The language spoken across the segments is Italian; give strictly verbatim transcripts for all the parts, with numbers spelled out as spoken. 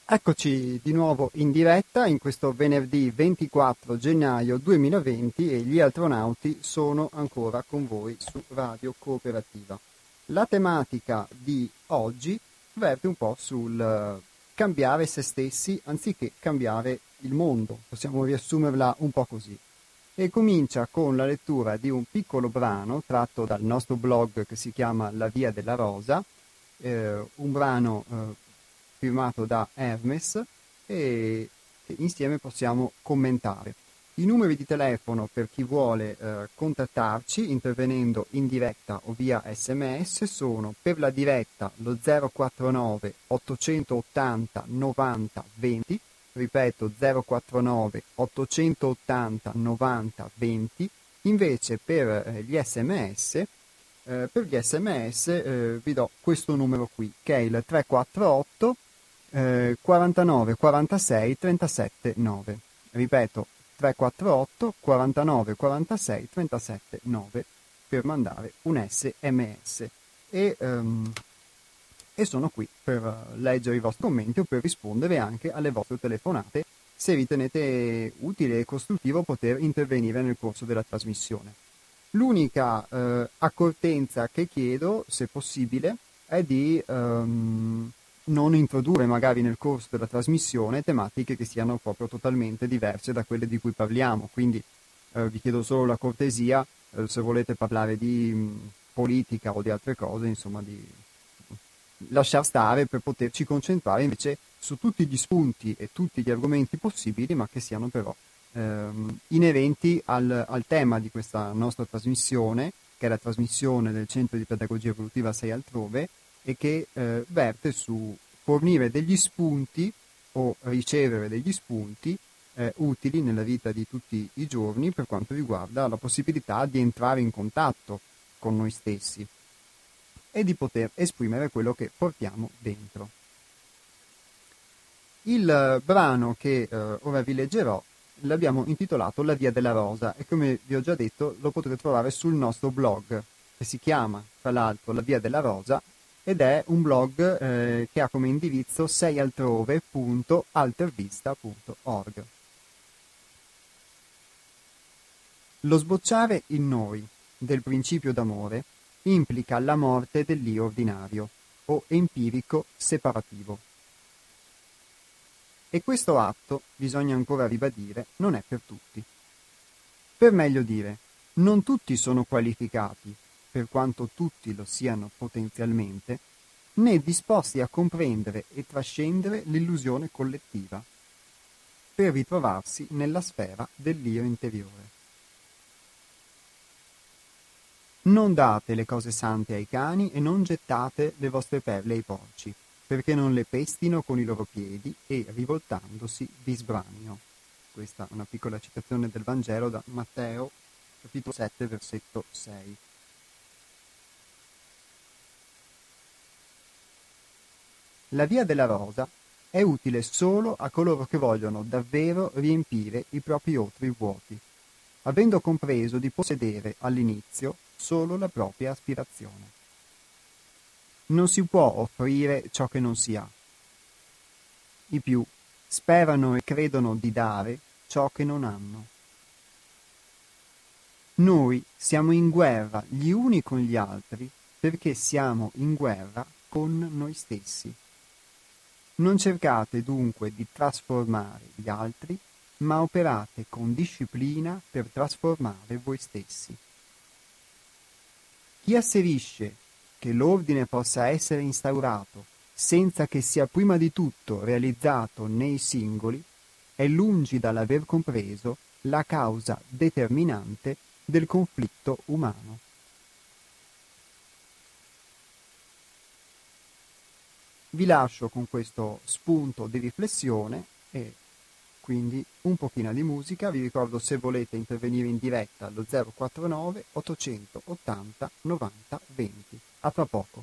Eccoci di nuovo in diretta in questo venerdì ventiquattro gennaio duemilaventi e gli astronauti sono ancora con voi su Radio Cooperativa. La tematica di oggi verte un po' sul cambiare se stessi anziché cambiare il mondo, possiamo riassumerla un po' così. E comincia con la lettura di un piccolo brano tratto dal nostro blog che si chiama La Via della Rosa, eh, un brano eh, firmato da Hermes e insieme possiamo commentare. I numeri di telefono per chi vuole eh, contattarci intervenendo in diretta o via sms sono per la diretta lo zero quattro nove ottocentottanta novanta venti, ripeto zero quattro nove ottocentottanta novanta venti, invece per eh, gli sms eh, per gli sms eh, vi do questo numero qui che è il tre quattro otto Eh, quarantanove quarantasei trentasette nove, ripeto tre quattro otto quarantanove quarantasei trentasette nove per mandare un sms e, um, e sono qui per leggere i vostri commenti o per rispondere anche alle vostre telefonate se ritenete utile e costruttivo poter intervenire nel corso della trasmissione. L'unica eh, accortenza che chiedo, se possibile, è di um, non introdurre magari nel corso della trasmissione tematiche che siano proprio totalmente diverse da quelle di cui parliamo, quindi eh, vi chiedo solo la cortesia, eh, se volete parlare di mh, politica o di altre cose, insomma di lasciar stare per poterci concentrare invece su tutti gli spunti e tutti gli argomenti possibili, ma che siano però ehm, inerenti al, al tema di questa nostra trasmissione, che è la trasmissione del Centro di Pedagogia Evolutiva sei altrove, e che eh, verte su fornire degli spunti o ricevere degli spunti eh, utili nella vita di tutti i giorni per quanto riguarda la possibilità di entrare in contatto con noi stessi e di poter esprimere quello che portiamo dentro. Il brano che eh, ora vi leggerò l'abbiamo intitolato La Via della Rosa e, come vi ho già detto, lo potrete trovare sul nostro blog, che si chiama tra l'altro La Via della Rosa, ed è un blog eh, che ha come indirizzo sei altrove punto altervista punto org. Lo sbocciare in noi del principio d'amore implica la morte dell'io ordinario o empirico separativo. E questo atto, bisogna ancora ribadire, non è per tutti. Per meglio dire, non tutti sono qualificati, per quanto tutti lo siano potenzialmente, né disposti a comprendere e trascendere l'illusione collettiva, per ritrovarsi nella sfera dell'io interiore. Non date le cose sante ai cani e non gettate le vostre perle ai porci, perché non le pestino con i loro piedi e, rivoltandosi, vi sbranino. Questa è una piccola citazione del Vangelo da Matteo, capitolo sette, versetto sei. La via della rosa è utile solo a coloro che vogliono davvero riempire i propri otri vuoti, avendo compreso di possedere all'inizio solo la propria aspirazione. Non si può offrire ciò che non si ha. I più sperano e credono di dare ciò che non hanno. Noi siamo in guerra gli uni con gli altri perché siamo in guerra con noi stessi. Non cercate dunque di trasformare gli altri, ma operate con disciplina per trasformare voi stessi. Chi asserisce che l'ordine possa essere instaurato senza che sia prima di tutto realizzato nei singoli è lungi dall'aver compreso la causa determinante del conflitto umano. Vi lascio con questo spunto di riflessione e quindi un pochino di musica. Vi ricordo, se volete intervenire in diretta, allo zero quattro nove ottocentottanta novanta venti. A tra poco.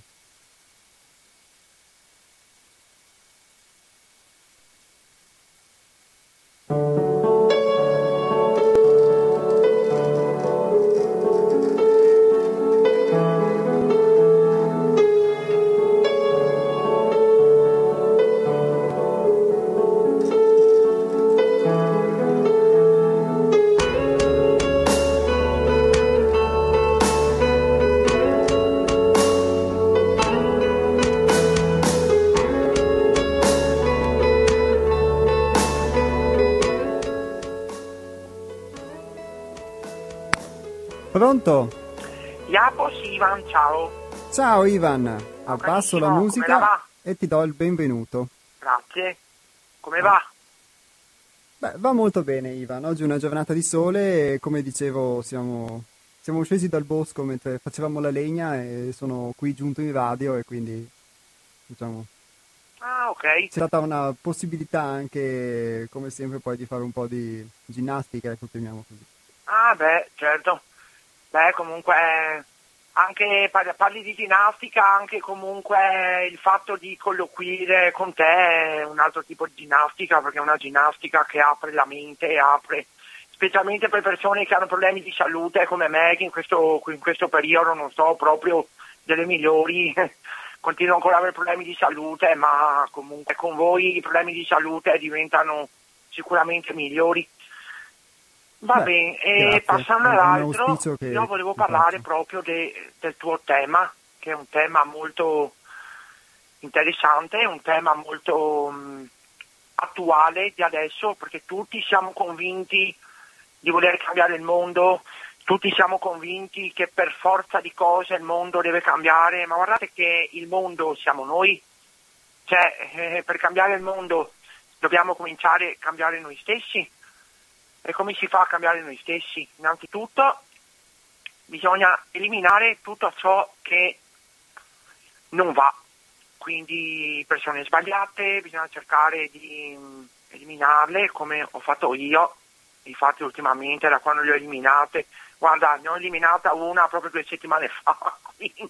Pronto? Iapos, Ivan, ciao. Ciao Ivan, abbasso la musica la e ti do il benvenuto. Grazie. Come va? Beh, va molto bene Ivan, oggi è una giornata di sole e come dicevo siamo, siamo scesi dal bosco mentre facevamo la legna e sono qui giunto in radio e quindi diciamo Ah, ok. c'è stata una possibilità anche come sempre poi di fare un po' di ginnastica, ecco, chiamiamo così. Ah, beh, certo. Beh, comunque, eh, anche par- parli di ginnastica, anche comunque il fatto di colloquire con te è un altro tipo di ginnastica, perché è una ginnastica che apre la mente e apre, specialmente per persone che hanno problemi di salute come me, che in questo, in questo periodo non sto proprio delle migliori, continuo ancora ad avere problemi di salute, ma comunque con voi i problemi di salute diventano sicuramente migliori. Va Beh, bene, e grazie, passando è un all'altro, auspicio che, io volevo che parlare faccio. proprio de- del tuo tema, che è un tema molto interessante, un tema molto mh, attuale di adesso, perché tutti siamo convinti di voler cambiare il mondo, tutti siamo convinti che per forza di cose il mondo deve cambiare, ma guardate che il mondo siamo noi, cioè eh, per cambiare il mondo dobbiamo cominciare a cambiare noi stessi. E come si fa a cambiare noi stessi? Innanzitutto bisogna eliminare tutto ciò che non va, quindi persone sbagliate, bisogna cercare di mh, eliminarle come ho fatto io, infatti ultimamente da quando le ho eliminate, guarda, ne ho eliminata una proprio due settimane fa, quindi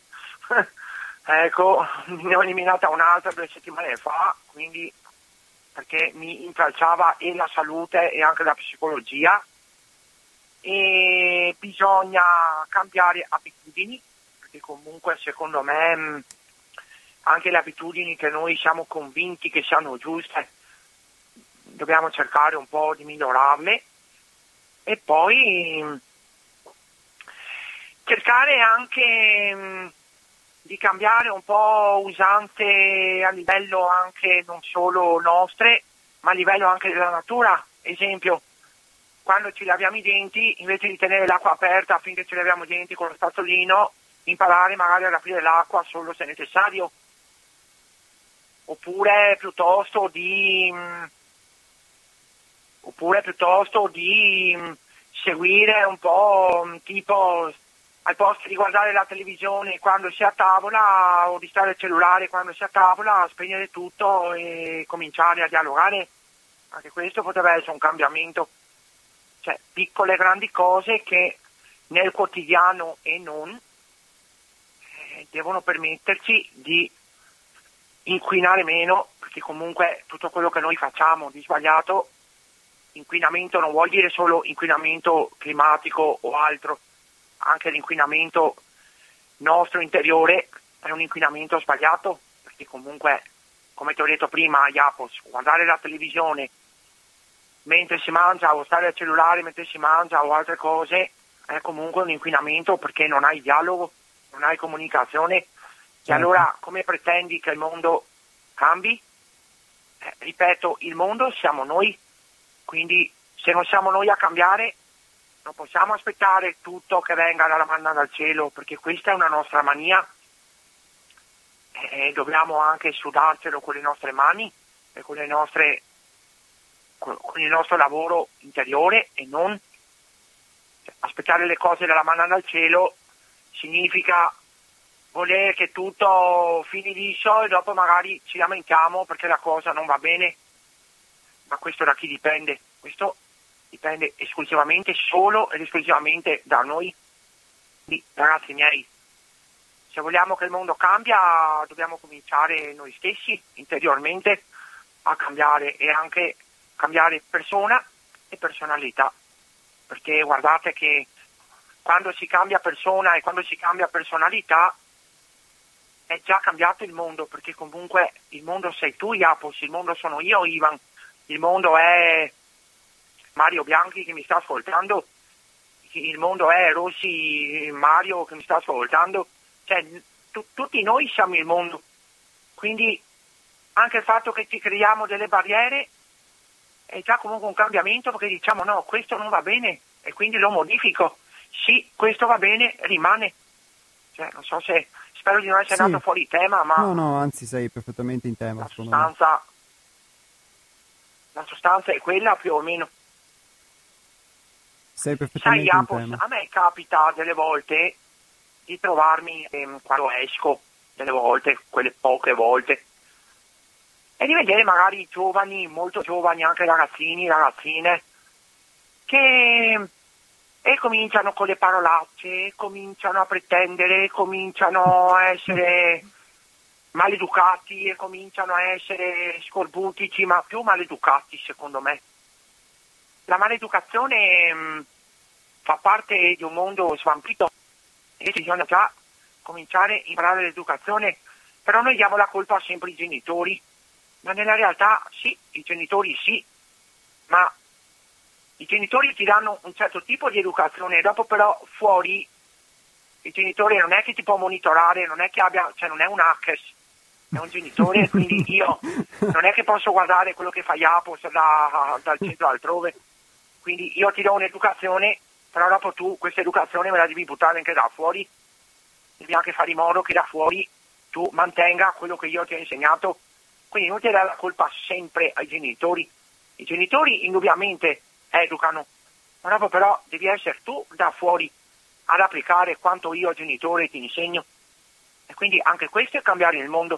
ecco, ne ho eliminata un'altra due settimane fa, quindi perché mi intralciava e la salute e anche la psicologia, e bisogna cambiare abitudini, perché comunque secondo me mh, anche le abitudini che noi siamo convinti che siano giuste dobbiamo cercare un po' di migliorarle, e poi mh, cercare anche mh, di cambiare un po' usanze a livello anche non solo nostre, ma a livello anche della natura. Esempio, quando ci laviamo i denti, invece di tenere l'acqua aperta finché ci laviamo i denti con lo spazzolino, imparare magari ad aprire l'acqua solo se necessario. Oppure piuttosto di mh, oppure piuttosto di mh, seguire un po' mh, tipo al posto di guardare la televisione quando si è a tavola o di stare al cellulare quando si è a tavola, spegnere tutto e cominciare a dialogare. Anche questo potrebbe essere un cambiamento. Cioè, piccole grandi cose che nel quotidiano e non eh, devono permetterci di inquinare meno, perché comunque tutto quello che noi facciamo di sbagliato, inquinamento non vuol dire solo inquinamento climatico o altro, anche l'inquinamento nostro interiore è un inquinamento sbagliato, perché comunque, come ti ho detto prima, Iapos, guardare la televisione mentre si mangia o stare al cellulare mentre si mangia o altre cose è comunque un inquinamento, perché non hai dialogo, non hai comunicazione. Certo. E allora come pretendi che il mondo cambi? Eh, ripeto, il mondo siamo noi, quindi se non siamo noi a cambiare non possiamo aspettare tutto che venga dalla manna dal cielo, perché questa è una nostra mania e dobbiamo anche sudarcelo con le nostre mani e con le nostre con il nostro lavoro interiore, e non aspettare le cose dalla manna dal cielo significa voler che tutto fini liscio e dopo magari ci lamentiamo perché la cosa non va bene. Ma questo da chi dipende? Questo dipende esclusivamente, solo ed esclusivamente da noi. Quindi, ragazzi miei, se vogliamo che il mondo cambia dobbiamo cominciare noi stessi interiormente a cambiare, e anche cambiare persona e personalità, perché guardate che quando si cambia persona e quando si cambia personalità è già cambiato il mondo, perché comunque il mondo sei tu, Iapos, il mondo sono io, Ivan, il mondo è Mario Bianchi che mi sta ascoltando, il mondo è Rossi Mario che mi sta ascoltando, cioè tu, tutti noi siamo il mondo, quindi anche il fatto che ci creiamo delle barriere è già comunque un cambiamento, perché diciamo no, questo non va bene e quindi lo modifico. sì, questo va bene, rimane. Cioè, non so se, spero di non essere Sì. andato fuori tema, ma No, no, anzi sei perfettamente in tema, la secondo me. sostanza, la sostanza è quella più o meno. Sei Sai, perfettamente in Apos, tema. a me capita delle volte di trovarmi ehm, quando esco, delle volte, quelle poche volte, e di vedere magari giovani, molto giovani, anche ragazzini, ragazzine, che e cominciano con le parolacce, cominciano a pretendere, cominciano a essere maleducati e cominciano a essere scorbutici, ma più maleducati secondo me. La maleducazione mh, fa parte di un mondo svampito e bisogna già cominciare a imparare l'educazione, però noi diamo la colpa sempre ai genitori, ma nella realtà sì, i genitori sì, ma i genitori ti danno un certo tipo di educazione, dopo però fuori il genitore non è che ti può monitorare, non è che abbia, cioè non è un hacker, è un genitore, quindi io non è che posso guardare quello che fa Iapos da, dal centro altrove, quindi io ti do un'educazione, però dopo tu questa educazione me la devi buttare anche da fuori, devi anche fare in modo che da fuori tu mantenga quello che io ti ho insegnato, quindi non ti dare la colpa sempre ai genitori, i genitori indubbiamente educano, ma dopo però devi essere tu da fuori ad applicare quanto io genitore ti insegno, e quindi anche questo è cambiare il mondo.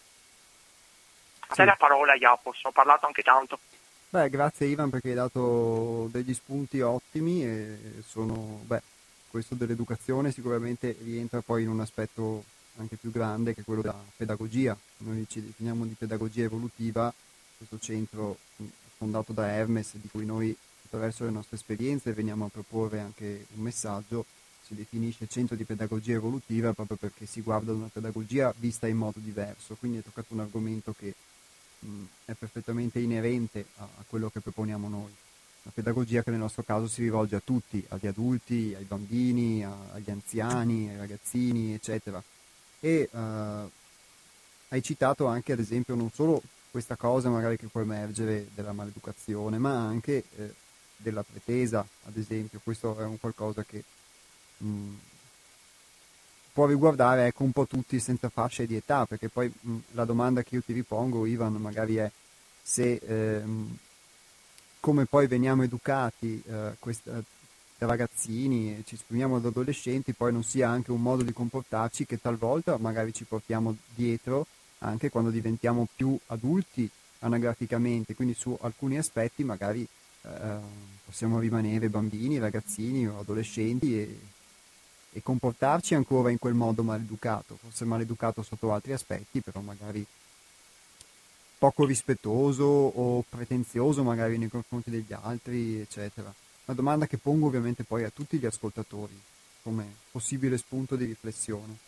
A te Sì. la parola, Iapos, ho parlato anche tanto. Beh, grazie Ivan perché hai dato degli spunti ottimi e sono, beh, questo dell'educazione sicuramente rientra poi in un aspetto anche più grande che è quello della pedagogia. Noi ci definiamo di pedagogia evolutiva, questo centro fondato da Hermes, di cui noi attraverso le nostre esperienze veniamo a proporre anche un messaggio, si definisce centro di pedagogia evolutiva proprio perché si guarda una pedagogia vista in modo diverso, quindi è toccato un argomento che mh, è perfettamente inerente a, a quello che proponiamo noi. Una pedagogia che nel nostro caso si rivolge a tutti, agli adulti, ai bambini, a, agli anziani, ai ragazzini, eccetera. E uh, hai citato anche ad esempio non solo questa cosa magari che può emergere della maleducazione, ma anche eh, della pretesa, ad esempio. Questo è un qualcosa che mh, può riguardare ecco, un po' tutti senza fasce di età, perché poi mh, la domanda che io ti ripongo, Ivan, magari è se ehm, come poi veniamo educati eh, questa, da ragazzini e ci esprimiamo da adolescenti, poi non sia anche un modo di comportarci che talvolta magari ci portiamo dietro anche quando diventiamo più adulti anagraficamente, quindi su alcuni aspetti magari eh, possiamo rimanere bambini, ragazzini o adolescenti e, e comportarci ancora in quel modo maleducato, forse maleducato sotto altri aspetti, però magari poco rispettoso o pretenzioso magari nei confronti degli altri, eccetera. Una domanda che pongo ovviamente poi a tutti gli ascoltatori come possibile spunto di riflessione.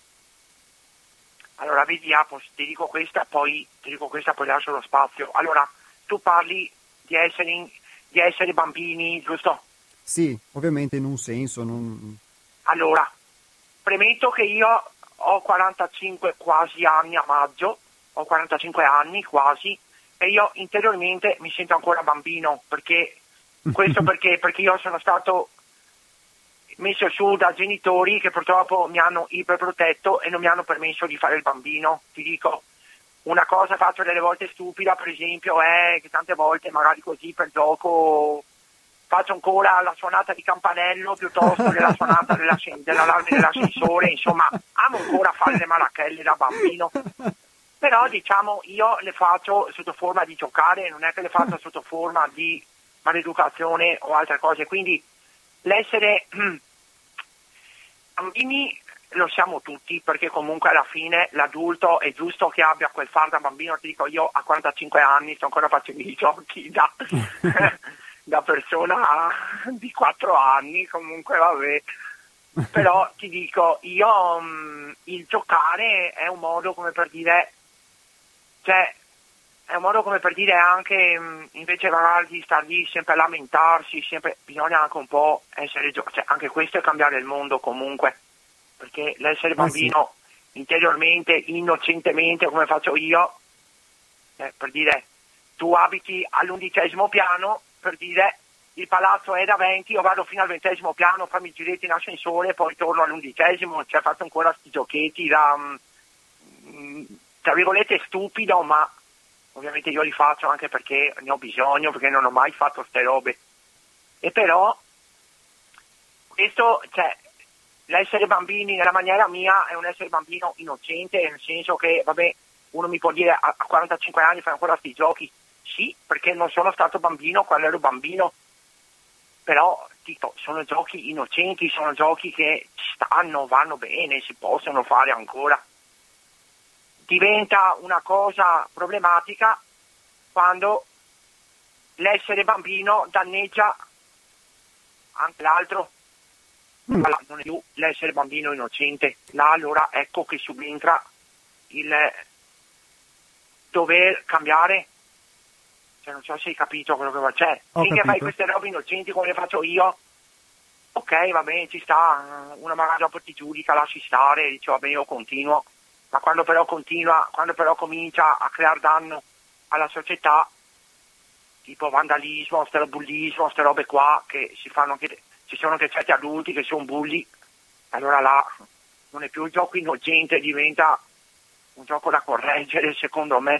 Allora, vedi Apos, ti dico questa, poi ti dico questa, poi lascio lo spazio. Allora, tu parli di essere, in, di essere bambini, giusto? Sì, ovviamente in un senso. Non... Allora, premetto che io ho quarantacinque quasi anni a maggio, ho quarantacinque anni quasi, e io interiormente mi sento ancora bambino, perché questo perché, perché io sono stato messo su da genitori che purtroppo mi hanno iperprotetto e non mi hanno permesso di fare il bambino. Ti dico, una cosa faccio delle volte stupida, per esempio, è che tante volte magari così per gioco faccio ancora la suonata di campanello piuttosto che la suonata dell'allarme dell'ascensore, insomma, amo ancora fare le marachelle da bambino. Però diciamo io le faccio sotto forma di giocare, non è che le faccio sotto forma di maleducazione o altre cose, quindi l'essere bambini lo siamo tutti, perché comunque alla fine l'adulto è giusto che abbia quel far da bambino. Ti dico, io a quarantacinque anni sto ancora facendo i giochi da, da persona di quattro anni, comunque vabbè. Però ti dico, io mh, il giocare è un modo come per dire, cioè è un modo come per dire anche mh, invece magari di star lì sempre a lamentarsi, sempre bisogna anche un po' essere gio- cioè anche questo è cambiare il mondo comunque, perché l'essere bambino sì, interiormente, innocentemente come faccio io, eh, per dire tu abiti all'undicesimo piano, per dire il palazzo è da venti, io vado fino al ventesimo piano, fammi i giretti in ascensore, poi torno all'undicesimo, cioè faccio ancora sti giochetti da, mh, tra virgolette, stupido, ma ovviamente io li faccio anche perché ne ho bisogno, perché non ho mai fatto ste robe. E però, questo, cioè, l'essere bambini nella maniera mia è un essere bambino innocente, nel senso che, vabbè, uno mi può dire a, a quarantacinque anni fai ancora sti giochi. Sì, perché non sono stato bambino quando ero bambino, però tipo, sono giochi innocenti, sono giochi che ci stanno, vanno bene, si possono fare ancora. Diventa una cosa problematica quando l'essere bambino danneggia anche l'altro. Mm. Allora, non è più l'essere bambino innocente, là allora ecco che subentra il dover cambiare. Cioè, non so se hai capito quello che va. Cioè, finché fai queste robe innocenti come le faccio io, ok, va bene, ci sta, una magari dopo ti giudica, lasci stare, dici va bene, io continuo, ma quando però continua, quando però comincia a creare danno alla società, tipo vandalismo, bullismo, queste robe qua, che si fanno anche, ci sono anche certi adulti che sono bulli, allora là non è più un gioco innocente, diventa un gioco da correggere, secondo me.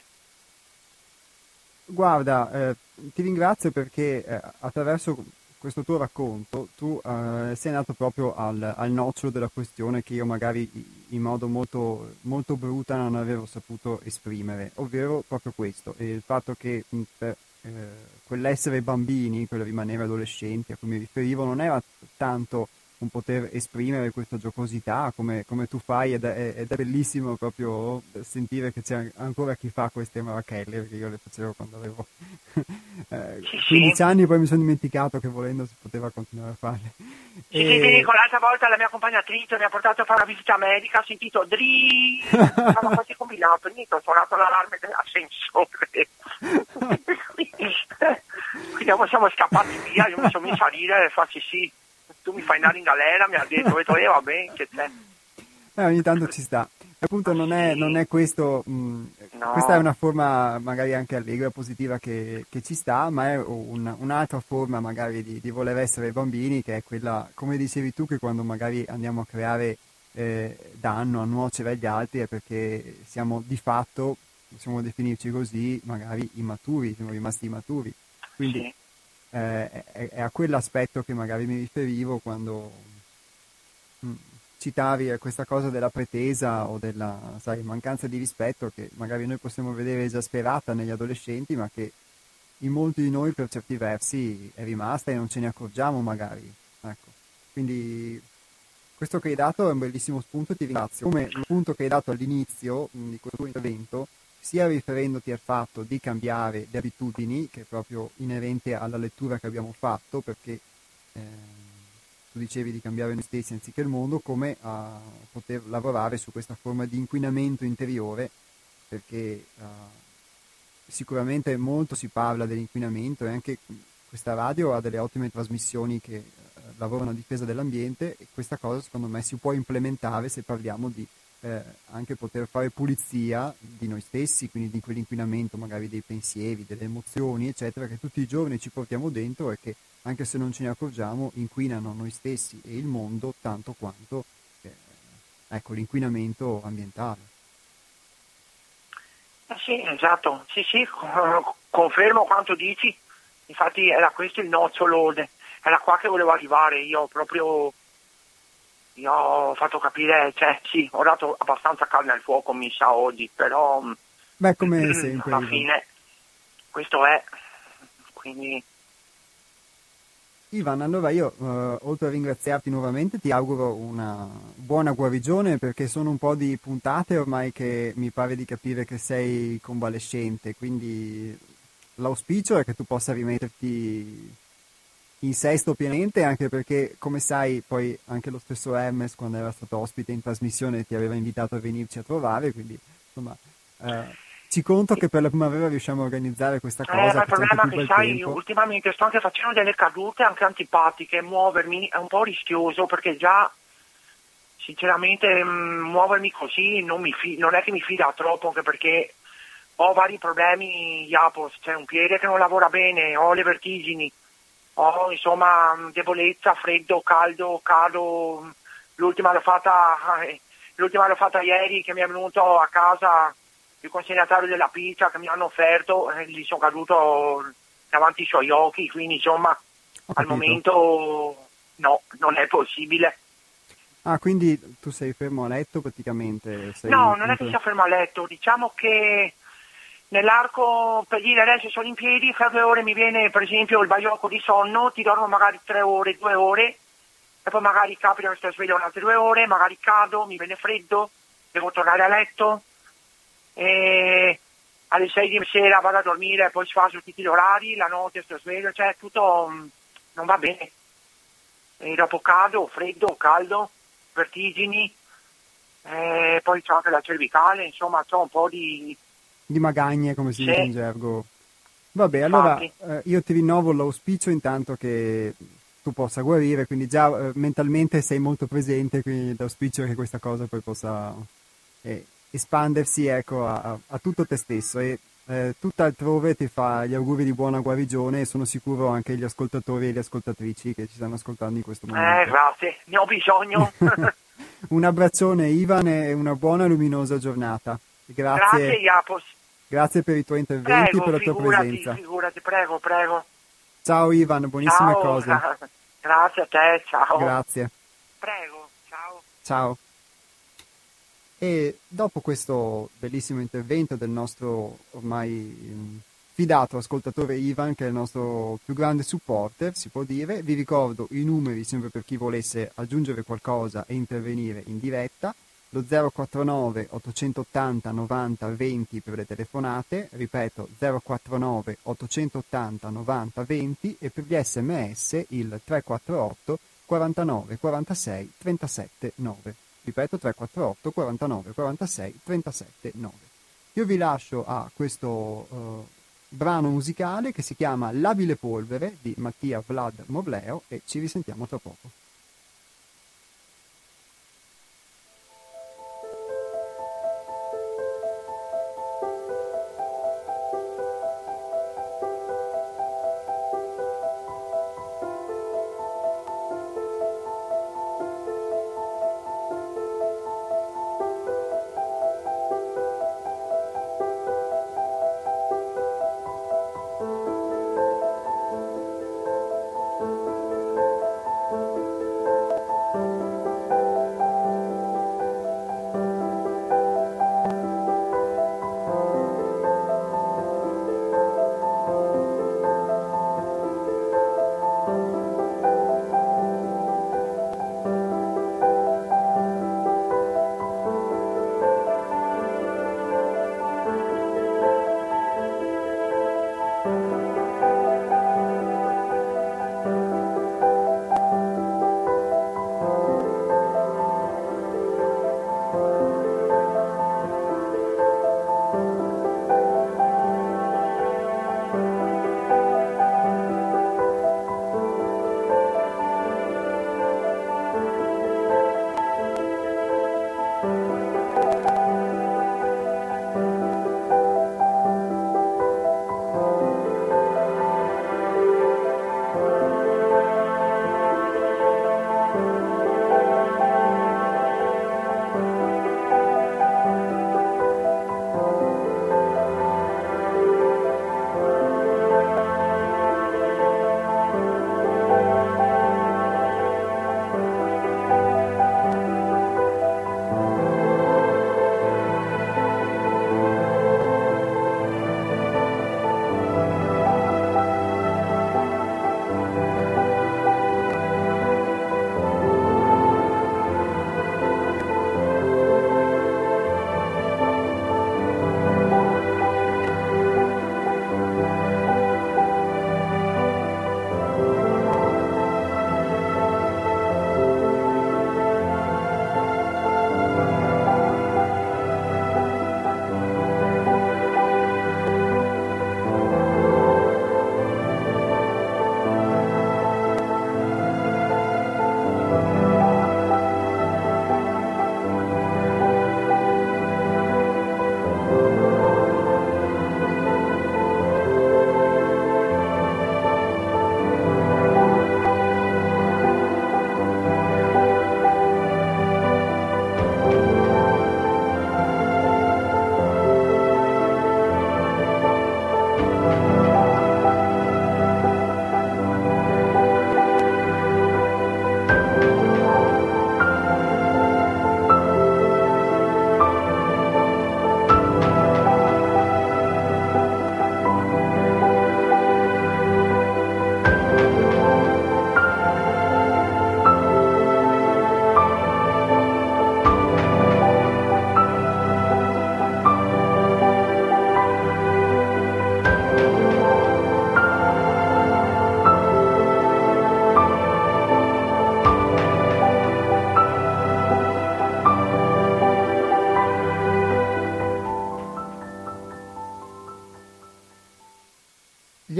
Guarda, eh, ti ringrazio perché eh, attraverso questo tuo racconto tu eh, sei andato proprio al, al nocciolo della questione che io magari in modo molto, molto bruta non avevo saputo esprimere, ovvero proprio questo, e il fatto che mh, per eh, quell'essere bambini, quello rimanere adolescenti a cui mi riferivo, non era tanto un poter esprimere questa giocosità come, come tu fai, ed è, ed è bellissimo proprio sentire che c'è ancora chi fa queste marachelle, perché io le facevo quando avevo eh, quindici anni, poi mi sono dimenticato che volendo si poteva continuare a farle. Sì, e... sì, ti dico, l'altra volta la mia compagna Trito mi ha portato a fare una visita medica, ho sentito dri, stava quasi combinato, niente, ho suonato l'allarme dell'ascensore. Quindi siamo scappati via, io mi sono messo a ridere e faccio sì. Tu mi fai andare in galera, mi ha detto, ho detto, eh, va bene, che c'è. Eh, ogni tanto ci sta. Appunto non è, non è questo, mh, no. Questa è una forma magari anche allegra, positiva che, che ci sta, ma è un, un'altra forma magari di, di voler essere bambini, che è quella, come dicevi tu, che quando magari andiamo a creare eh, danno, a nuocere agli altri, è perché siamo di fatto, possiamo definirci così, magari immaturi, siamo rimasti immaturi. Quindi sì. eh, è, è a quell'aspetto che magari mi riferivo quando... Mh, citavi questa cosa della pretesa o della, sai, mancanza di rispetto che magari noi possiamo vedere esasperata negli adolescenti, ma che in molti di noi per certi versi è rimasta e non ce ne accorgiamo magari. Ecco. Quindi questo che hai dato è un bellissimo spunto e ti ringrazio. Come il punto che hai dato all'inizio mh, di questo tuo intervento, sia riferendoti al fatto di cambiare le abitudini, che è proprio inerente alla lettura che abbiamo fatto, perché eh, tu dicevi di cambiare noi stessi anziché il mondo, come a poter lavorare su questa forma di inquinamento interiore, perché uh, sicuramente molto si parla dell'inquinamento e anche questa radio ha delle ottime trasmissioni che uh, lavorano a difesa dell'ambiente, e questa cosa secondo me si può implementare se parliamo di eh, anche poter fare pulizia di noi stessi, quindi di quell'inquinamento magari dei pensieri, delle emozioni eccetera, che tutti i giorni ci portiamo dentro e che anche se non ce ne accorgiamo, inquinano noi stessi e il mondo tanto quanto eh, ecco, l'inquinamento ambientale. Eh sì, esatto, sì sì, confermo quanto dici, infatti era questo il nocciolo, era qua che volevo arrivare, io proprio, io ho fatto capire, cioè sì, ho dato abbastanza carne al fuoco mi sa oggi, però beh, come sempre, alla fine questo è, quindi... Ivan, allora io, eh, oltre a ringraziarti nuovamente, ti auguro una buona guarigione, perché sono un po' di puntate ormai che mi pare di capire che sei convalescente, quindi l'auspicio è che tu possa rimetterti in sesto pienamente, anche perché, come sai, poi anche lo stesso Hermes, quando era stato ospite in trasmissione, ti aveva invitato a venirci a trovare, quindi insomma... Eh, ci conto che per la primavera riusciamo a organizzare questa cosa. Eh, ma il problema è che sai, tempo. ultimamente sto anche facendo delle cadute anche antipatiche, muovermi è un po' rischioso perché già sinceramente mh, muovermi così non, mi fi- non è che mi fida troppo, anche perché ho vari problemi, Iapos, c'è un piede che non lavora bene, ho le vertigini, ho insomma debolezza, freddo, caldo, cado. L'ultima l'ho fatta, eh, l'ultima l'ho fatta ieri, che mi è venuto a casa il consegnatario della pizza che mi hanno offerto, e gli sono caduto davanti ai suoi occhi, quindi insomma al momento no, non è possibile. Ah, quindi tu sei fermo a letto praticamente? Sei No, in non è che punto... sia fermo a letto, diciamo che nell'arco, per dire adesso sono in piedi, fra due ore mi viene per esempio il baiocco di sonno, ti dormo magari tre ore, due ore, e poi magari capita che sto sveglio altre due ore, magari cado, mi viene freddo, devo tornare a letto, e alle sei di sera vado a dormire, poi sfaso tutti gli orari, la notte sto sveglio, cioè tutto mh, non va bene. E dopo cado, freddo, caldo, vertigini, e poi c'ho anche la cervicale, insomma c'ho un po' di... di magagne, come si Sì, dice in gergo. Vabbè, allora infatti. eh, io ti rinnovo l'auspicio intanto che tu possa guarire, quindi già eh, mentalmente sei molto presente, quindi l'auspicio è che questa cosa poi possa eh, espandersi, ecco, a, a- a tutto te stesso, e eh, tutt'altrove ti fa gli auguri di buona guarigione, e sono sicuro anche gli ascoltatori e le ascoltatrici che ci stanno ascoltando in questo Eh, momento. grazie, ne ho bisogno. Un abbraccione Ivan e una buona e luminosa giornata. Grazie, Grazie, Iapos. grazie per i tuoi interventi e Prego, per la tua figurati, presenza. figurati, prego, prego. Ciao Ivan, buonissime Ciao, cose. grazie a te, ciao. Grazie. Prego, ciao. Ciao. E dopo questo bellissimo intervento del nostro ormai mh, fidato ascoltatore Ivan, che è il nostro più grande supporter, si può dire, vi ricordo i numeri sempre per chi volesse aggiungere qualcosa e intervenire in diretta: lo zero quattro nove ottocentottanta novanta venti per le telefonate, ripeto zero quattro nove ottocentottanta novanta venti, e per gli sms il tre quattro otto quarantanove quarantasei trentasette nove. Ripeto, tre quattro otto quarantanove quarantasei trentasette nove. Io vi lascio a questo uh, brano musicale che si chiama Labile polvere di Mattia Vlad Movleo, e ci risentiamo tra poco.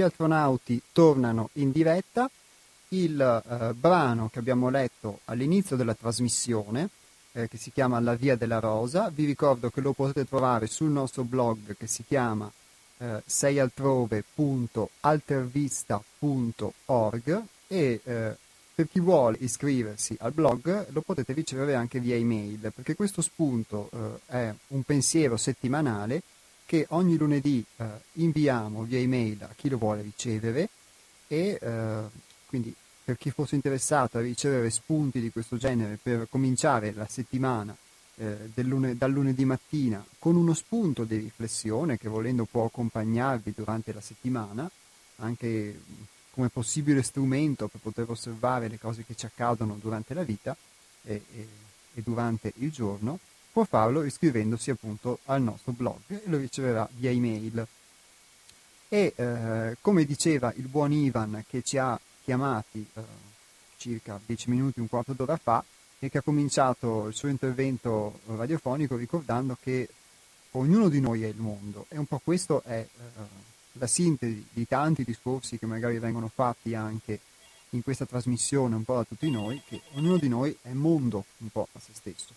astronauti tornano in diretta. Il eh, brano che abbiamo letto all'inizio della trasmissione, eh, che si chiama La Via della Rosa, vi ricordo che lo potete trovare sul nostro blog che si chiama eh, seialtrove punto altervista punto org e eh, per chi vuole iscriversi al blog lo potete ricevere anche via email, perché questo spunto eh, è un pensiero settimanale che ogni lunedì eh, inviamo via email a chi lo vuole ricevere e eh, quindi per chi fosse interessato a ricevere spunti di questo genere per cominciare la settimana eh, del lune- dal lunedì mattina con uno spunto di riflessione che volendo può accompagnarvi durante la settimana, anche come possibile strumento per poter osservare le cose che ci accadono durante la vita e, e, e durante il giorno, può farlo iscrivendosi appunto al nostro blog e lo riceverà via email. E eh, come diceva il buon Ivan che ci ha chiamati eh, circa dieci minuti, un quarto d'ora fa, e che ha cominciato il suo intervento radiofonico ricordando che ognuno di noi è il mondo, e un po' questo è eh, la sintesi di tanti discorsi che magari vengono fatti anche in questa trasmissione un po' da tutti noi, che ognuno di noi è mondo un po' a se stesso.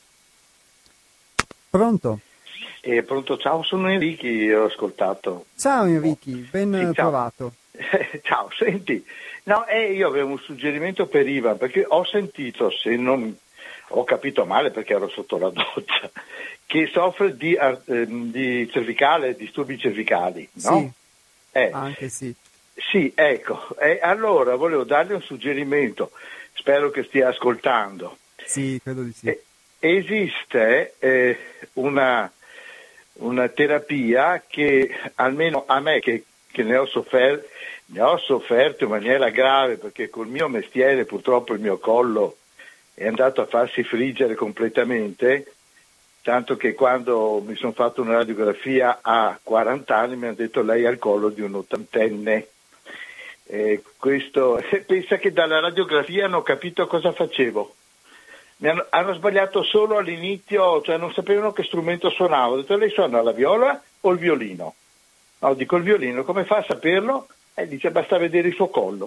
Pronto? Eh, pronto, ciao, sono Enrico, ho ascoltato. Ciao Enrico, ben sì, ciao. trovato. Ciao, senti, no, eh, io avevo un suggerimento per Ivan, perché ho sentito, se non ho capito male perché ero sotto la doccia, che soffre di, eh, di cervicale, disturbi cervicali, no? Sì, eh, anche sì. Sì, ecco, eh, allora volevo dargli un suggerimento, spero che stia ascoltando. Sì, credo di sì. Eh, esiste eh, una, una terapia che almeno a me che, che ne ho sofferto, ne ho sofferto in maniera grave, perché col mio mestiere purtroppo il mio collo è andato a farsi friggere completamente, tanto che quando mi sono fatto una radiografia a quaranta anni mi hanno detto lei ha il collo di un ottantenne. Eh, questo, pensa che dalla radiografia hanno capito cosa facevo. Mi hanno, hanno sbagliato solo all'inizio, cioè non sapevano che strumento suonavo. Ho detto lei suona la viola o il violino? No, dico il violino, come fa a saperlo? E dice basta vedere il suo collo.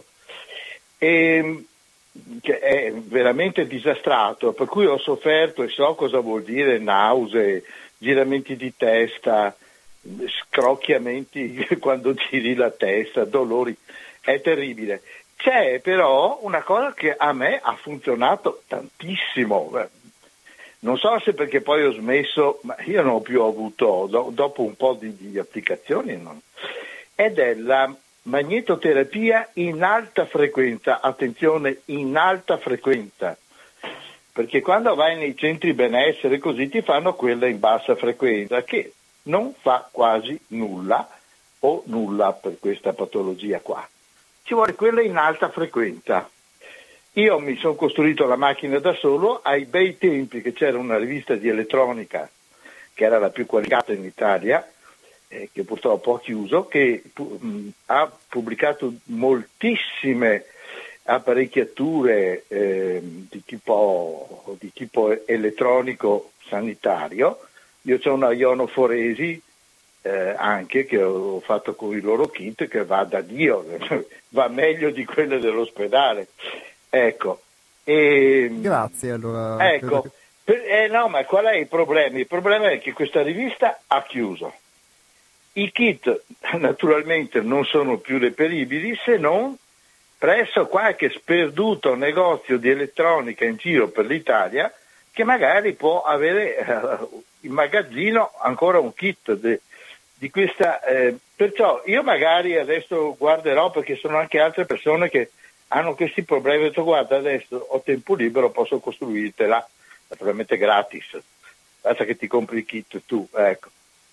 E, che è veramente disastrato, per cui ho sofferto e so cosa vuol dire nausee, giramenti di testa, scrocchiamenti quando giri la testa, dolori, è terribile. C'è però una cosa che a me ha funzionato tantissimo, non so se perché poi ho smesso, ma io non ho più avuto, do, dopo un po' di, di applicazioni, non, ed è la magnetoterapia in alta frequenza, attenzione, in alta frequenza, perché quando vai nei centri benessere così ti fanno quella in bassa frequenza che non fa quasi nulla o nulla per questa patologia qua. Ci vuole quella in alta frequenza. Io mi sono costruito la macchina da solo ai bei tempi che c'era una rivista di elettronica che era la più qualificata in Italia, eh, che purtroppo ha chiuso, che mh, ha pubblicato moltissime apparecchiature eh, di tipo, di tipo elettronico sanitario. Io ho una ionoforesi eh, anche che ho fatto con i loro kit che va da Dio, va meglio di quelle dell'ospedale. Ecco. E, Grazie allora. Ecco. Che... Per, eh, no, ma qual è il problema? Il problema è che questa rivista ha chiuso. I kit naturalmente non sono più reperibili se non presso qualche sperduto negozio di elettronica in giro per l'Italia che magari può avere eh, in magazzino ancora un kit de, di questa. Eh, perciò io magari adesso guarderò, perché sono anche altre persone che hanno questi problemi. Ho detto guarda, adesso ho tempo libero, posso costruirtela, naturalmente gratis, basta che ti compri il kit tu, ecco.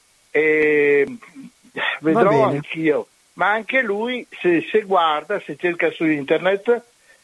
E vedrò anch'io, ma anche lui se, se guarda, se cerca su internet,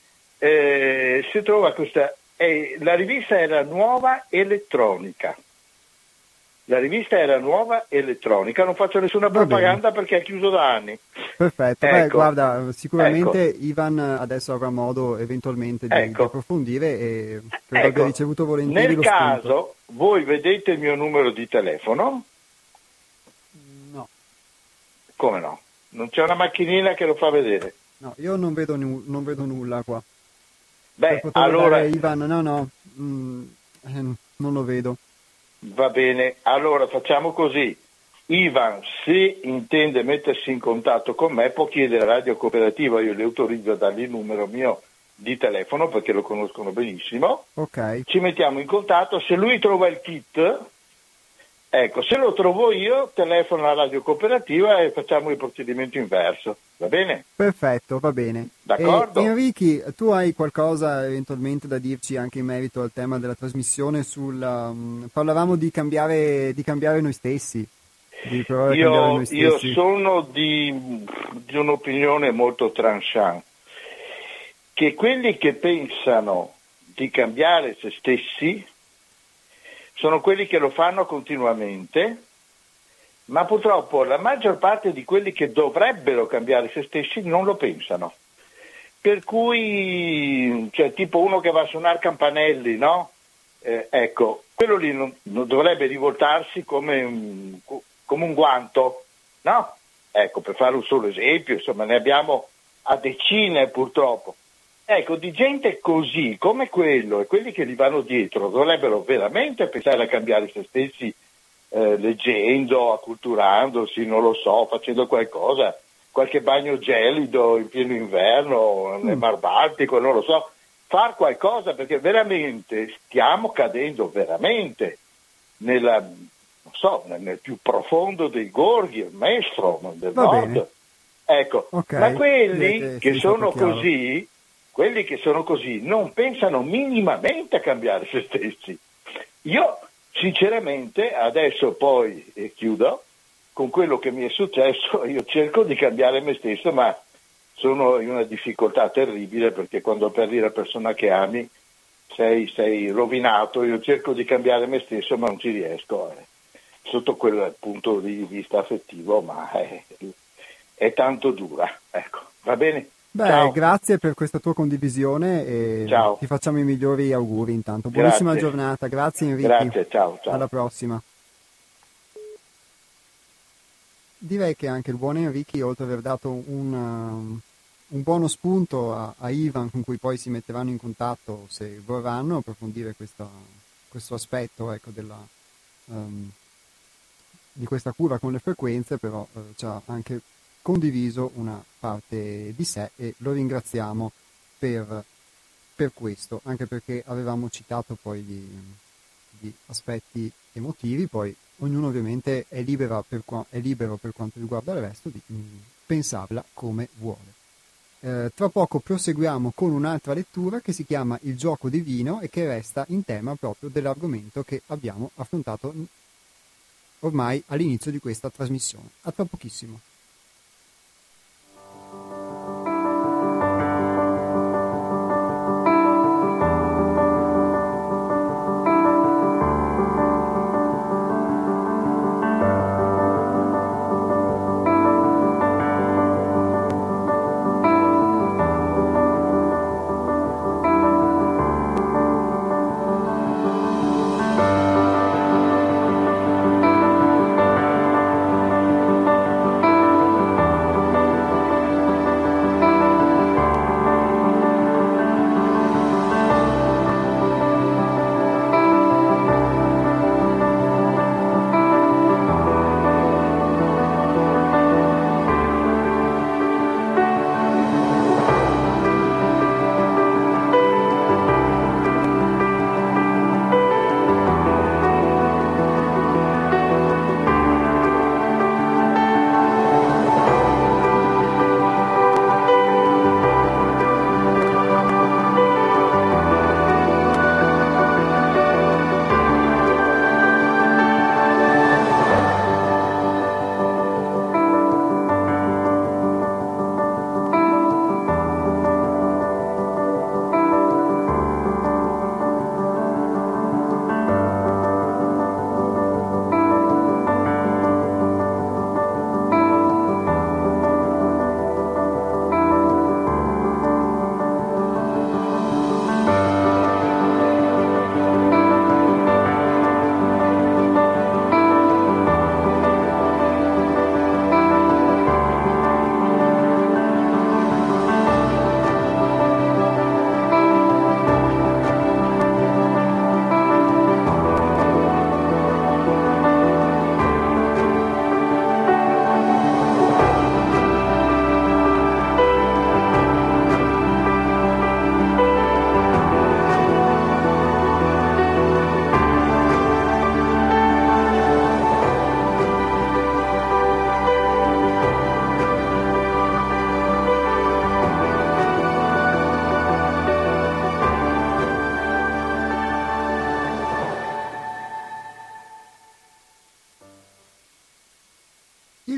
eh, si trova questa, eh, la rivista era Nuova Elettronica, la rivista era Nuova Elettronica, non faccio nessuna Va propaganda bene. perché è chiuso da anni. Perfetto, ecco. Beh, guarda, sicuramente ecco. Ivan adesso avrà modo eventualmente di, ecco. di approfondire e credo ecco. abbia ricevuto volentieri Nel lo caso spunto. voi vedete il mio numero di telefono? No. Come no? Non c'è una macchinina che lo fa vedere? No, io non vedo, nu- non vedo nulla qua. Beh, Per poter allora... dare Ivan, no, no, mm, eh, non lo vedo. Va bene, allora facciamo così. Ivan, se intende mettersi in contatto con me, può chiedere a Radio Cooperativa, io le autorizzo a dargli il numero mio di telefono perché lo conoscono benissimo. Ok. Ci mettiamo in contatto, se lui trova il kit, ecco, se lo trovo io, telefono alla Radio Cooperativa e facciamo il procedimento inverso, va bene? Perfetto, va bene. D'accordo. E, Enrichi, tu hai qualcosa eventualmente da dirci anche in merito al tema della trasmissione sul... Um, parlavamo di cambiare, di cambiare noi stessi. Di provare a cambiare Io, noi io stessi. sono di, di un'opinione molto tranchant, che quelli che pensano di cambiare se stessi sono quelli che lo fanno continuamente, ma purtroppo la maggior parte di quelli che dovrebbero cambiare se stessi non lo pensano. Per cui, cioè, tipo uno che va a suonare campanelli, no? Eh, ecco, quello lì non, non dovrebbe rivoltarsi come un, come un guanto, no? Ecco, per fare un solo esempio, insomma, ne abbiamo a decine purtroppo. Ecco, di gente così, come quello e quelli che gli vanno dietro, dovrebbero veramente pensare a cambiare se stessi, eh, leggendo, acculturandosi, non lo so, facendo qualcosa, qualche bagno gelido in pieno inverno, nel Mar Baltico, non lo so, far qualcosa, perché veramente stiamo cadendo veramente nella, non so, nel, nel più profondo dei gorghi, il maestro del Va nord. bene. Ecco, Okay, ma quelli direi che che sì, sono proprio chiaro. così, quelli che sono così non pensano minimamente a cambiare se stessi. Io sinceramente adesso poi e chiudo con quello che mi è successo, io cerco di cambiare me stesso, ma sono in una difficoltà terribile perché quando perdi la persona che ami sei, sei rovinato. Io cerco di cambiare me stesso ma non ci riesco, eh. Sotto quel punto di vista affettivo, ma è, è tanto dura, ecco, va bene? Beh, Ciao. grazie per questa tua condivisione e Ciao. ti facciamo i migliori auguri intanto. Buonissima Grazie. giornata, grazie Enrico. Grazie, ciao, ciao. Alla prossima. Direi che anche il buon Enrico, oltre ad aver dato un, um, un buono spunto a, a Ivan con cui poi si metteranno in contatto se vorranno approfondire questa, questo aspetto, ecco, della, um, di questa cura con le frequenze, però eh, ci ha anche condiviso una parte di sé e lo ringraziamo per, per questo, anche perché avevamo citato poi gli, gli aspetti emotivi, poi ognuno ovviamente è, libera per qua, è libero per quanto riguarda il resto di mh, pensarla come vuole. Eh, tra poco proseguiamo con un'altra lettura che si chiama Il gioco divino e che resta in tema proprio dell'argomento che abbiamo affrontato ormai all'inizio di questa trasmissione. A tra pochissimo.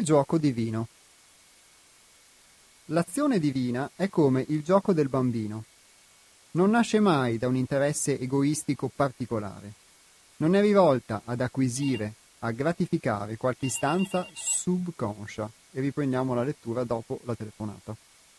Il gioco divino. L'azione divina è come il gioco del bambino. Non nasce mai da un interesse egoistico particolare. Non è rivolta ad acquisire, a gratificare qualche istanza subconscia. E riprendiamo la lettura dopo la telefonata.